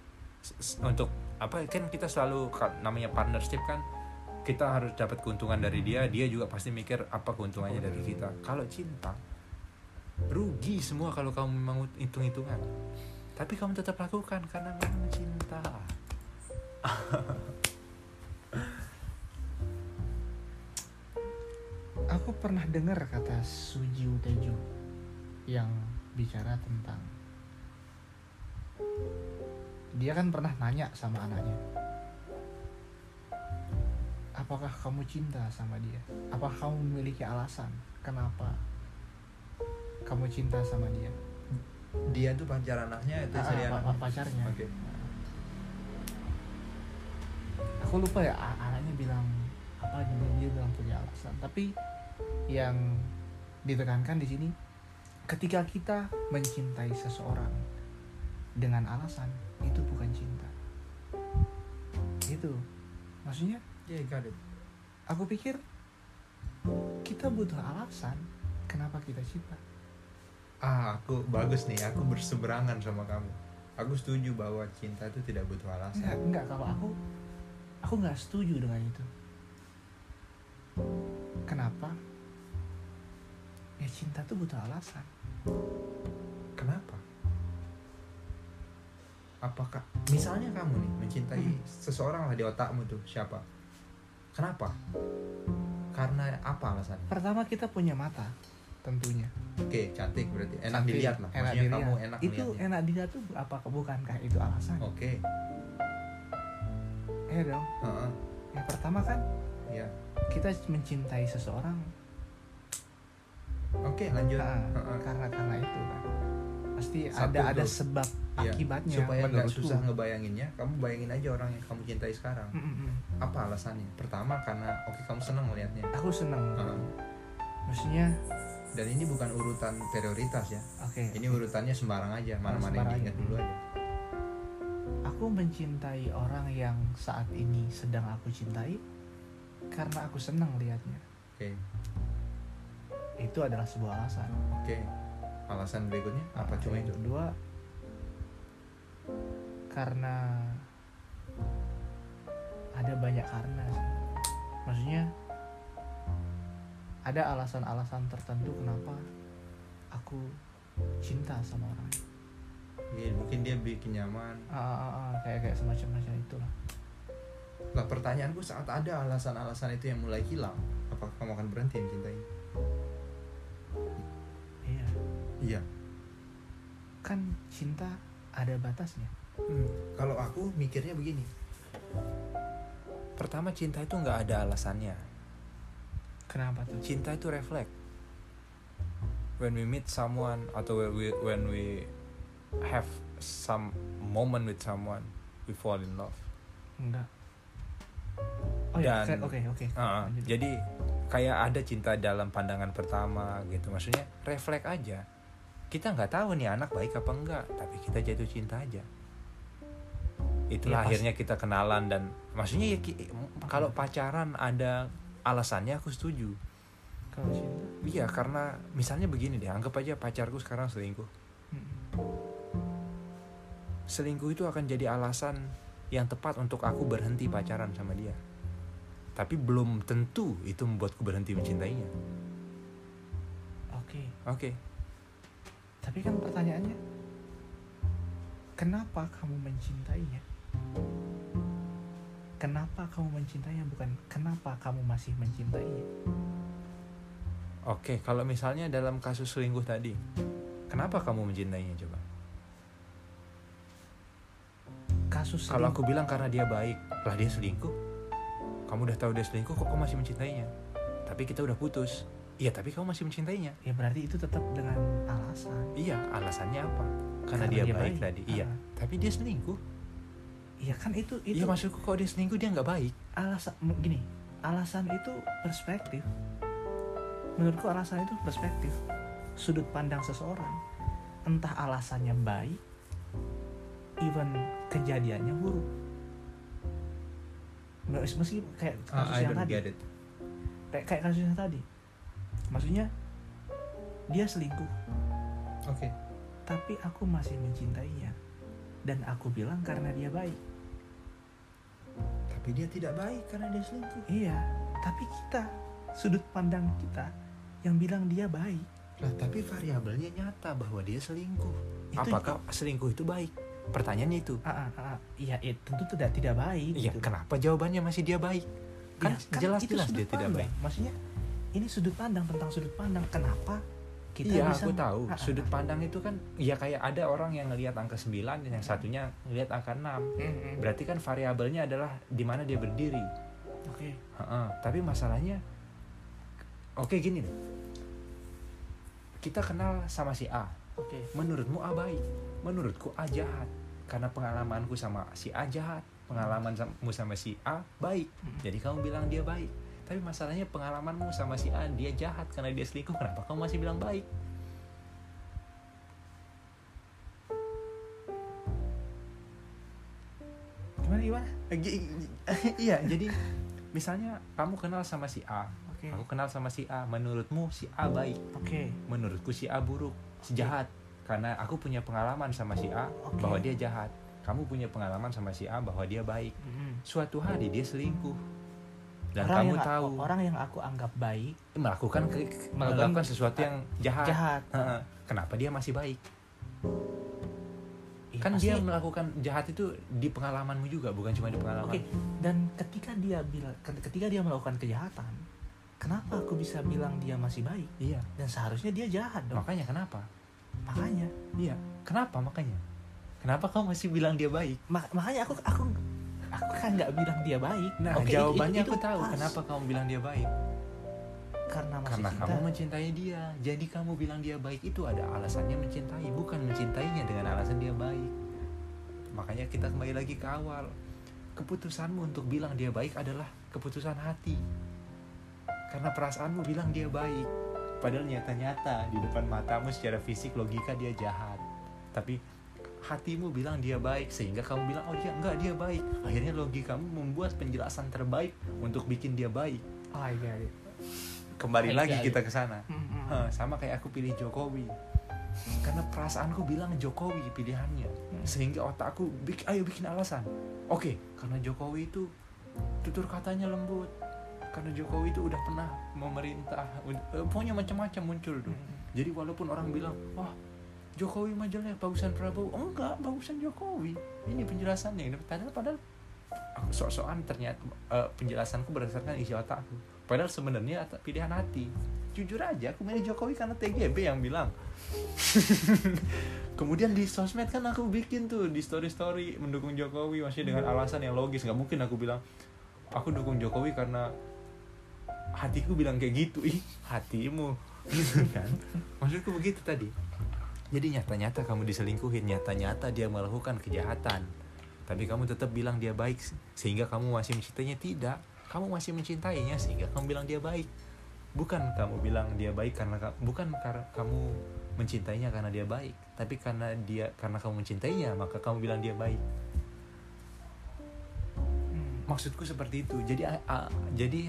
apa kan, kita selalu namanya partnership kan, kita harus dapat keuntungan dari dia, dia juga pasti mikir apa keuntungannya dari kita. Kalau cinta, rugi semua kalau kamu memang hitung-hitungan, tapi kamu tetap lakukan karena memang cinta. Aku pernah dengar kata Sujiwo Tejo yang bicara tentang, dia kan pernah nanya sama anaknya, apakah kamu cinta sama dia? Apakah kamu memiliki alasan kenapa kamu cinta sama dia? Dia tuh pacar anaknya itu Pacarnya. Oke. Aku lupa ya anaknya bilang apa, dia bilang punya alasan. Tapi yang ditekankan di sini, ketika kita mencintai seseorang dengan alasan, itu bukan cinta. Itu maksudnya. Yeah, got it. Aku pikir kita butuh alasan kenapa kita cinta. Aku bagus nih, aku berseberangan sama kamu. Aku setuju bahwa cinta itu tidak butuh alasan. Enggak, kalau aku nggak setuju dengan itu. Kenapa? Ya cinta tuh butuh alasan. Kenapa? Apakah misalnya kamu nih mencintai seseorang lah di otakmu tuh, siapa? Kenapa? Karena apa alasannya? Pertama, kita punya mata, tentunya. Oke, cantik berarti. Enak Cantik, dilihat lah. enak Maksudnya dilihat. kamu enak Itu melihatnya. enak dilihat tuh apakah bukankah itu alasan? Oke. Ya dong. Yang pertama kan, Ya. kita mencintai seseorang. Oke, lanjut. Karena itu kan pasti Satu ada tuh. sebab Iya. akibatnya. Supaya nggak menurutku. susah ngebayanginnya, kamu bayangin aja orang yang kamu cintai sekarang. Apa alasannya? Pertama karena kamu senang melihatnya. Aku seneng. Maksudnya, Dan ini bukan urutan prioritas ya. oke. Ini urutannya sembarang aja, mana-mana yang Sembarang diingat aja. dulu aja. Aku mencintai orang yang saat ini sedang aku cintai karena aku senang lihatnya. Oke. Itu adalah sebuah alasan. Oke. Alasan berikutnya apa? Cuma Yang itu. kedua, karena ada banyak karena sih. Maksudnya ada alasan-alasan tertentu kenapa aku cinta sama orang. Iya, mungkin dia bikin nyaman. Kayak semacam itulah. Lah pertanyaanku, saat ada alasan-alasan itu yang mulai hilang, apakah kamu akan berhenti mencintai? Iya. Iya. Kan cinta ada batasnya. Kalau aku mikirnya begini. Pertama, cinta itu nggak ada alasannya. Kenapa tuh? Cinta itu refleks. When we meet someone atau when we have some moment with someone, we fall in love. Enggak. Oh ya, Dan- oke. Lanjut. Jadi kayak ada cinta dalam pandangan pertama gitu. Maksudnya refleks aja. kita nggak tahu nih anak baik apa enggak, tapi kita jatuh cinta aja. Itulah Ya, akhirnya kita kenalan. Dan maksudnya ya, kalau pacaran ada alasannya aku setuju. Kalau cinta, Iya, karena misalnya begini deh, anggap aja pacarku sekarang selingkuh. Selingkuh itu akan jadi alasan yang tepat untuk aku berhenti pacaran sama dia. Tapi belum tentu itu membuatku berhenti mencintainya. Oke. Tapi kan pertanyaannya, kenapa kamu mencintainya? Kenapa kamu mencintainya, bukan kenapa kamu masih mencintainya? Oke, kalau misalnya dalam kasus selingkuh tadi, kenapa kamu mencintainya coba? Kasus Kalau aku bilang karena dia baik, lah dia selingkuh. Kamu udah tahu dia selingkuh, kok kamu masih mencintainya? Tapi kita udah putus. Iya, tapi kamu masih mencintainya. ya berarti itu tetap dengan alasan. Iya, alasannya apa? Karena dia baik tadi. Iya, tapi dia selingkuh. Iya kan itu Iya, maksudku kalau dia selingkuh dia nggak baik. Alasan itu perspektif. Menurutku alasan itu perspektif, sudut pandang seseorang. Entah alasannya baik, even kejadiannya buruk. Meski kayak kasus yang tadi. Kayak kasus yang tadi. Maksudnya dia selingkuh, Oke. tapi aku masih mencintainya, dan aku bilang karena dia baik. Tapi dia tidak baik karena dia selingkuh. Iya, tapi kita, sudut pandang kita yang bilang dia baik. Lah, tapi variabelnya nyata bahwa dia selingkuh. Itu Apakah selingkuh itu baik? Pertanyaannya itu. Iya, tentu tidak baik. Iya, gitu. kenapa jawabannya masih dia baik? Kan Ya, jelas-jelas itu dia sudut tidak pandang. baik. Maksudnya ini sudut pandang tentang sudut pandang. Kenapa kita Iya, bisa? aku tahu. Sudut pandang itu kan ya kayak ada orang yang ngelihat angka 9, yang satunya ngelihat angka 6. Berarti kan variabelnya adalah di mana dia berdiri. Oke. Tapi masalahnya oke, gini deh. Kita kenal sama si A. Oke. Menurutmu A baik, menurutku A jahat. Karena pengalamanku sama si A jahat, pengalamanmu sama si A baik. Jadi kamu bilang dia baik. Tapi masalahnya pengalamanmu sama si A dia jahat karena dia selingkuh. Kenapa kamu masih bilang baik? Gimana? Iya, jadi misalnya kamu kenal sama si A. Oke. Aku kenal sama si A. Menurutmu si A baik, Oke. menurutku si A buruk, si jahat. Karena aku punya pengalaman sama si A bahwa dia jahat. Kamu punya pengalaman sama si A bahwa dia baik. Suatu hari dia selingkuh. Dan kamu tahu orang yang aku anggap baik melakukan sesuatu yang jahat. Kenapa dia masih baik? Kan pasti, dia melakukan jahat itu di pengalamanmu juga, bukan cuma di pengalaman. Oke. Dan ketika dia melakukan kejahatan, kenapa aku bisa bilang dia masih baik? Iya. Dan seharusnya dia jahat dong. Makanya kenapa? Makanya. Iya. Kenapa makanya? Kenapa kamu masih bilang dia baik? Makanya aku kan nggak bilang dia baik. Nah, Oke, jawabannya itu aku tahu. pas. Kenapa kamu bilang dia baik? Karena masih Karena cinta. kamu mencintai dia. Jadi kamu bilang dia baik itu ada alasannya mencintai, bukan mencintainya dengan alasan dia baik. Makanya kita kembali lagi ke awal. Keputusanmu untuk bilang dia baik adalah keputusan hati. Karena perasaanmu bilang dia baik. Padahal nyata-nyata di depan matamu secara fisik logika dia jahat. Tapi hatimu bilang dia baik, sehingga kamu bilang oh dia enggak, dia baik. Akhirnya logikamu membuat penjelasan terbaik untuk bikin dia baik. Oh iya. Kembali Iya, lagi iya. kita ke sana. Sama kayak aku pilih Jokowi. Karena perasaanku bilang Jokowi pilihannya. Sehingga otakku ayo bikin alasan. Oke, karena Jokowi itu tutur katanya lembut. Karena Jokowi itu udah pernah memerintah. Pokoknya macam-macam muncul tuh. Jadi walaupun orang bilang, "Wah, Jokowi mah jelek, bagusan Prabowo." Enggak, bagusan Jokowi. Ini penjelasannya. Padahal aku sok-sokan ternyata penjelasanku berdasarkan isi otakku. Padahal sebenarnya pilihan hati. Jujur aja, aku milih Jokowi karena TGB yang bilang. Kemudian di sosmed kan aku bikin tuh di story mendukung Jokowi masih dengan alasan yang logis. Nggak mungkin aku bilang aku dukung Jokowi karena hatiku bilang kayak gitu. Ih, hatimu gitu kan. Maksudku begitu tadi. Jadi nyata-nyata kamu diselingkuhin, nyata-nyata dia melakukan kejahatan, tapi kamu tetap bilang dia baik sehingga kamu masih mencintainya. Tidak, kamu masih mencintainya sehingga kamu bilang dia baik. Bukan kamu bilang dia baik karena kamu mencintainya karena dia baik, tapi karena kamu mencintainya maka kamu bilang dia baik. Maksudku seperti itu. Jadi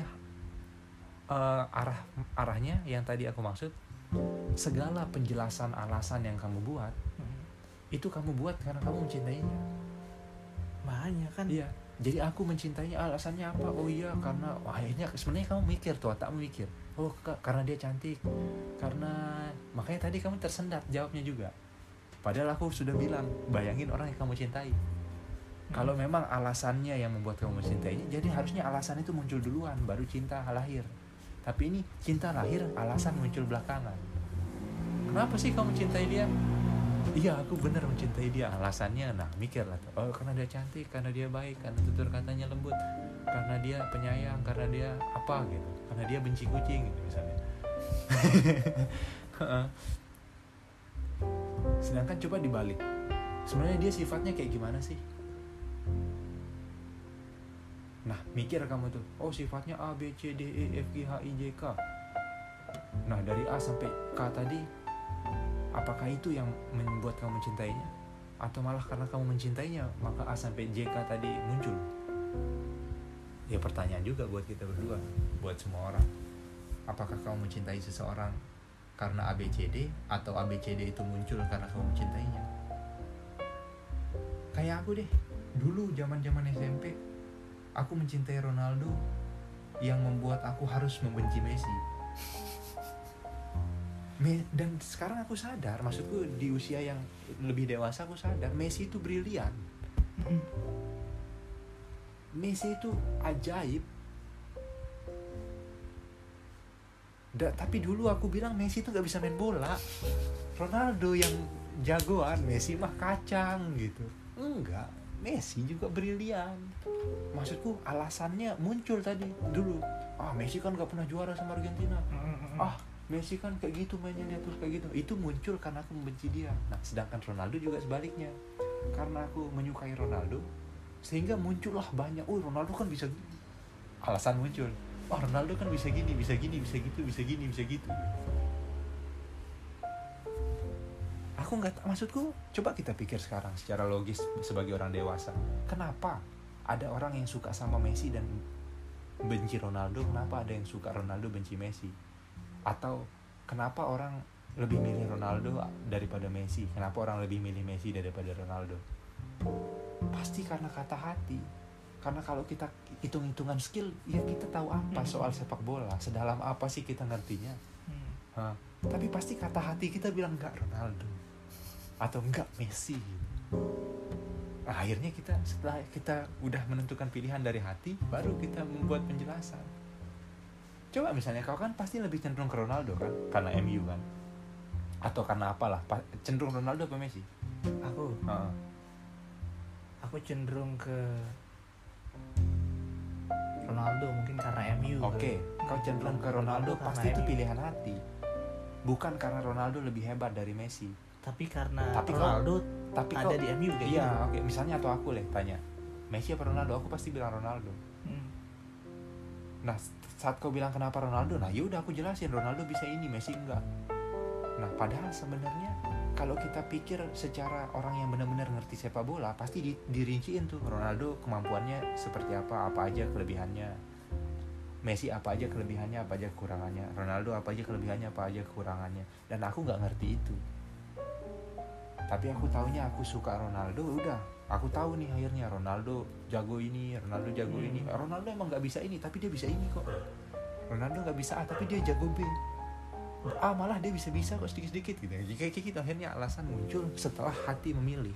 arahnya yang tadi aku maksud, segala penjelasan alasan yang kamu buat itu kamu buat karena kamu mencintainya. Banyak kan. Iya. Jadi aku mencintainya alasannya apa? Oh iya karena akhirnya sebenarnya kamu mikir tuh, otakmu mikir. Oh karena dia cantik. Karena makanya tadi kamu tersendat jawabnya juga. Padahal aku sudah bilang, bayangin orang yang kamu cintai. Kalau memang alasannya yang membuat kamu mencintainya, jadi harusnya alasan itu muncul duluan baru cinta lahir. Tapi ini cinta lahir, alasan muncul belakangan. Kenapa sih kamu cintai dia? Iya aku benar mencintai dia, alasannya nah mikirlah tuh. Oh karena dia cantik, karena dia baik, karena tutur katanya lembut, karena dia penyayang, karena dia apa gitu, karena dia benci kucing gitu misalnya. Sedangkan coba dibalik, sebenarnya dia sifatnya kayak gimana sih? Nah mikir kamu tuh, oh sifatnya A, B, C, D, E, F, G, H, I, J, K. Nah dari A sampai K tadi, apakah itu yang membuat kamu mencintainya? Atau malah karena kamu mencintainya maka A sampai JK tadi muncul? Ya pertanyaan juga buat kita berdua, buat semua orang. Apakah kamu mencintai seseorang karena ABCD, atau ABCD itu muncul karena kamu mencintainya? Kayak aku deh, dulu zaman-zaman SMP aku mencintai Ronaldo yang membuat aku harus membenci Messi. Dan sekarang aku sadar, maksudku di usia yang lebih dewasa aku sadar Messi itu brilian. Messi itu ajaib. Tapi dulu aku bilang Messi itu gak bisa main bola. Ronaldo yang jagoan, Messi mah kacang gitu. Enggak, Messi juga brilian. Maksudku alasannya muncul tadi dulu. Messi kan gak pernah juara sama Argentina. Messi kan kayak gitu mainnya, dia terus kayak gitu. Itu muncul karena aku membenci dia. Nah sedangkan Ronaldo juga sebaliknya, karena aku menyukai Ronaldo sehingga muncullah banyak, Ronaldo kan bisa gini. Alasan muncul, Ronaldo kan bisa gini, bisa gini, bisa gitu, bisa gini, bisa gitu. Aku nggak, maksudku coba kita pikir sekarang secara logis sebagai orang dewasa. Kenapa ada orang yang suka sama Messi dan benci Ronaldo? Kenapa ada yang suka Ronaldo benci Messi? Atau kenapa orang lebih milih Ronaldo daripada Messi? Kenapa orang lebih milih Messi daripada Ronaldo? Pasti karena kata hati. Karena kalau kita hitung-hitungan skill, ya kita tahu apa soal sepak bola, sedalam apa sih kita ngertinya. Tapi pasti kata hati kita bilang enggak Ronaldo atau enggak Messi. Akhirnya kita setelah kita udah menentukan pilihan dari hati, baru kita membuat penjelasan. Coba misalnya kau kan pasti lebih cenderung ke Ronaldo kan, karena MU kan, atau karena apalah, cenderung Ronaldo apa Messi? Aku cenderung ke Ronaldo, mungkin karena MU. Oke, kau cenderung ke Ronaldo pasti itu pilihan hati, bukan karena Ronaldo lebih hebat dari Messi. Tapi karena Ronaldo ada di MU kayak gitu. Iya, oke. Misalnya atau aku tanya, Messi apa Ronaldo? Aku pasti bilang Ronaldo. Nah, saat kau bilang kenapa Ronaldo, nah yaudah aku jelasin, Ronaldo bisa ini, Messi enggak. Nah, padahal sebenarnya kalau kita pikir secara orang yang benar-benar ngerti sepak bola, pasti dirinciin tuh Ronaldo kemampuannya seperti apa aja kelebihannya. Messi apa aja kelebihannya, apa aja kekurangannya. Ronaldo apa aja kelebihannya, apa aja kekurangannya. Dan aku nggak ngerti itu. Tapi aku taunya aku suka Ronaldo, udah. Aku tahu nih akhirnya Ronaldo jago ini, Ronaldo jago ini. Ronaldo emang nggak bisa ini, tapi dia bisa ini kok. Ronaldo nggak bisa A, tapi dia jago B. Malah dia bisa kok sedikit-sedikit gitu. Kayak gitu akhirnya alasan muncul setelah hati memilih.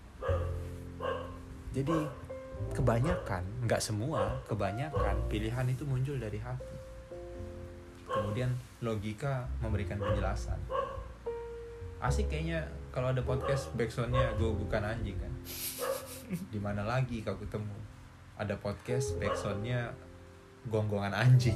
Jadi kebanyakan, nggak semua, kebanyakan pilihan itu muncul dari hati. Kemudian logika memberikan penjelasan. Asik kayaknya kalau ada podcast backsoundnya gue bukan anjing kan. Dimana lagi kau ketemu ada podcast backsoundnya gonggongan anjing.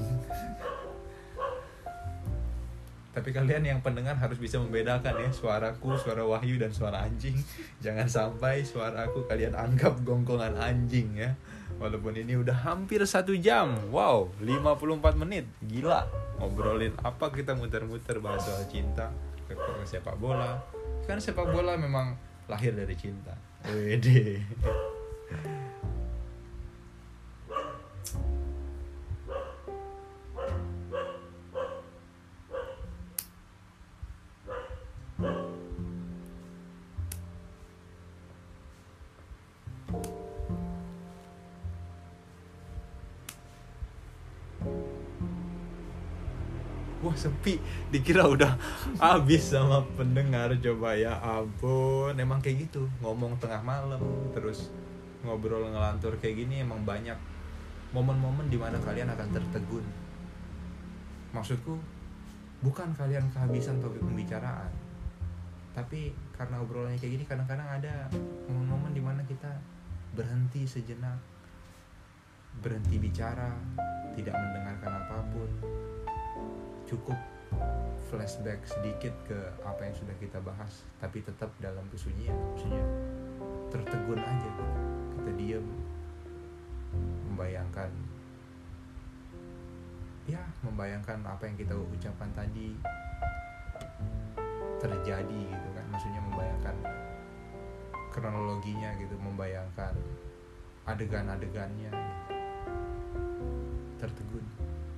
Tapi kalian yang pendengar harus bisa membedakan ya, suaraku, suara Wahyu, dan suara anjing. Jangan sampai suara aku kalian anggap gonggongan anjing ya. Walaupun ini udah hampir 1 jam. Wow, 54 menit. Gila. Ngobrolin apa, kita muter-muter bahas soal cinta. ke sepak bola. Kan sepak bola memang lahir dari cinta. Wede. Wah sepi, dikira udah habis sama pendengar. Coba ya ampun, emang kayak gitu, ngomong tengah malam terus ngobrol ngelantur kayak gini emang banyak momen-momen dimana kalian akan tertegun. Maksudku bukan kalian kehabisan topik pembicaraan, tapi karena obrolannya kayak gini kadang-kadang ada momen-momen dimana kita berhenti sejenak, berhenti bicara, tidak mendengarkan apapun, cukup flashback sedikit ke apa yang sudah kita bahas, tapi tetap dalam kesunyian. Maksudnya tertegun aja gitu. Kita diam, membayangkan apa yang kita ucapkan tadi terjadi gitu kan. Maksudnya membayangkan kronologinya gitu, membayangkan adegan-adegannya gitu. Tertegun.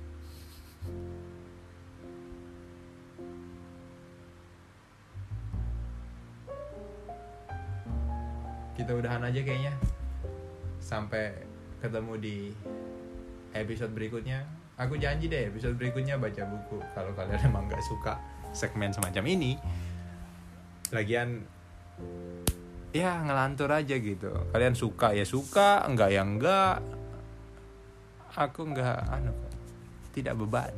Kita udahan aja kayaknya. Sampai ketemu di episode berikutnya. Aku janji deh episode berikutnya baca buku. Kalau kalian emang gak suka segmen semacam ini, lagian ya ngelantur aja gitu. Kalian suka ya suka, enggak ya enggak. Aku enggak tidak beban.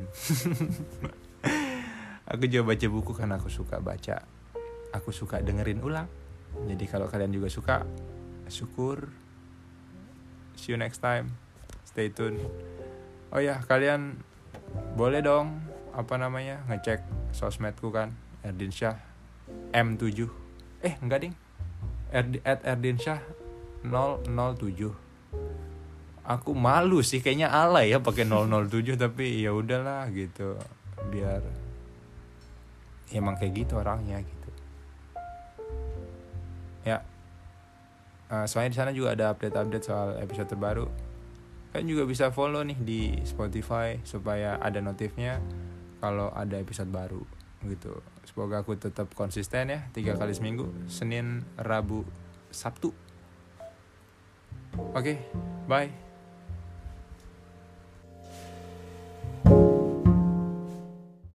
Aku juga baca buku karena aku suka baca. Aku suka dengerin ulang. Jadi kalau kalian juga suka, syukur. See you next time. Stay tune. Oh ya, kalian boleh dong ngecek sosmedku kan, Erdinsyah M7. Enggak ding. @Erdinsyah 007. Aku malu sih, kayaknya alay ya pakai 007, tapi ya udahlah gitu. Biar ya emang kayak gitu orangnya gitu. Ya. Soalnya di sana juga ada update soal episode terbaru. Kalian juga bisa follow nih di Spotify supaya ada notifnya kalau ada episode baru gitu. Semoga aku tetap konsisten ya, 3 kali seminggu, Senin, Rabu, Sabtu. Oke, bye.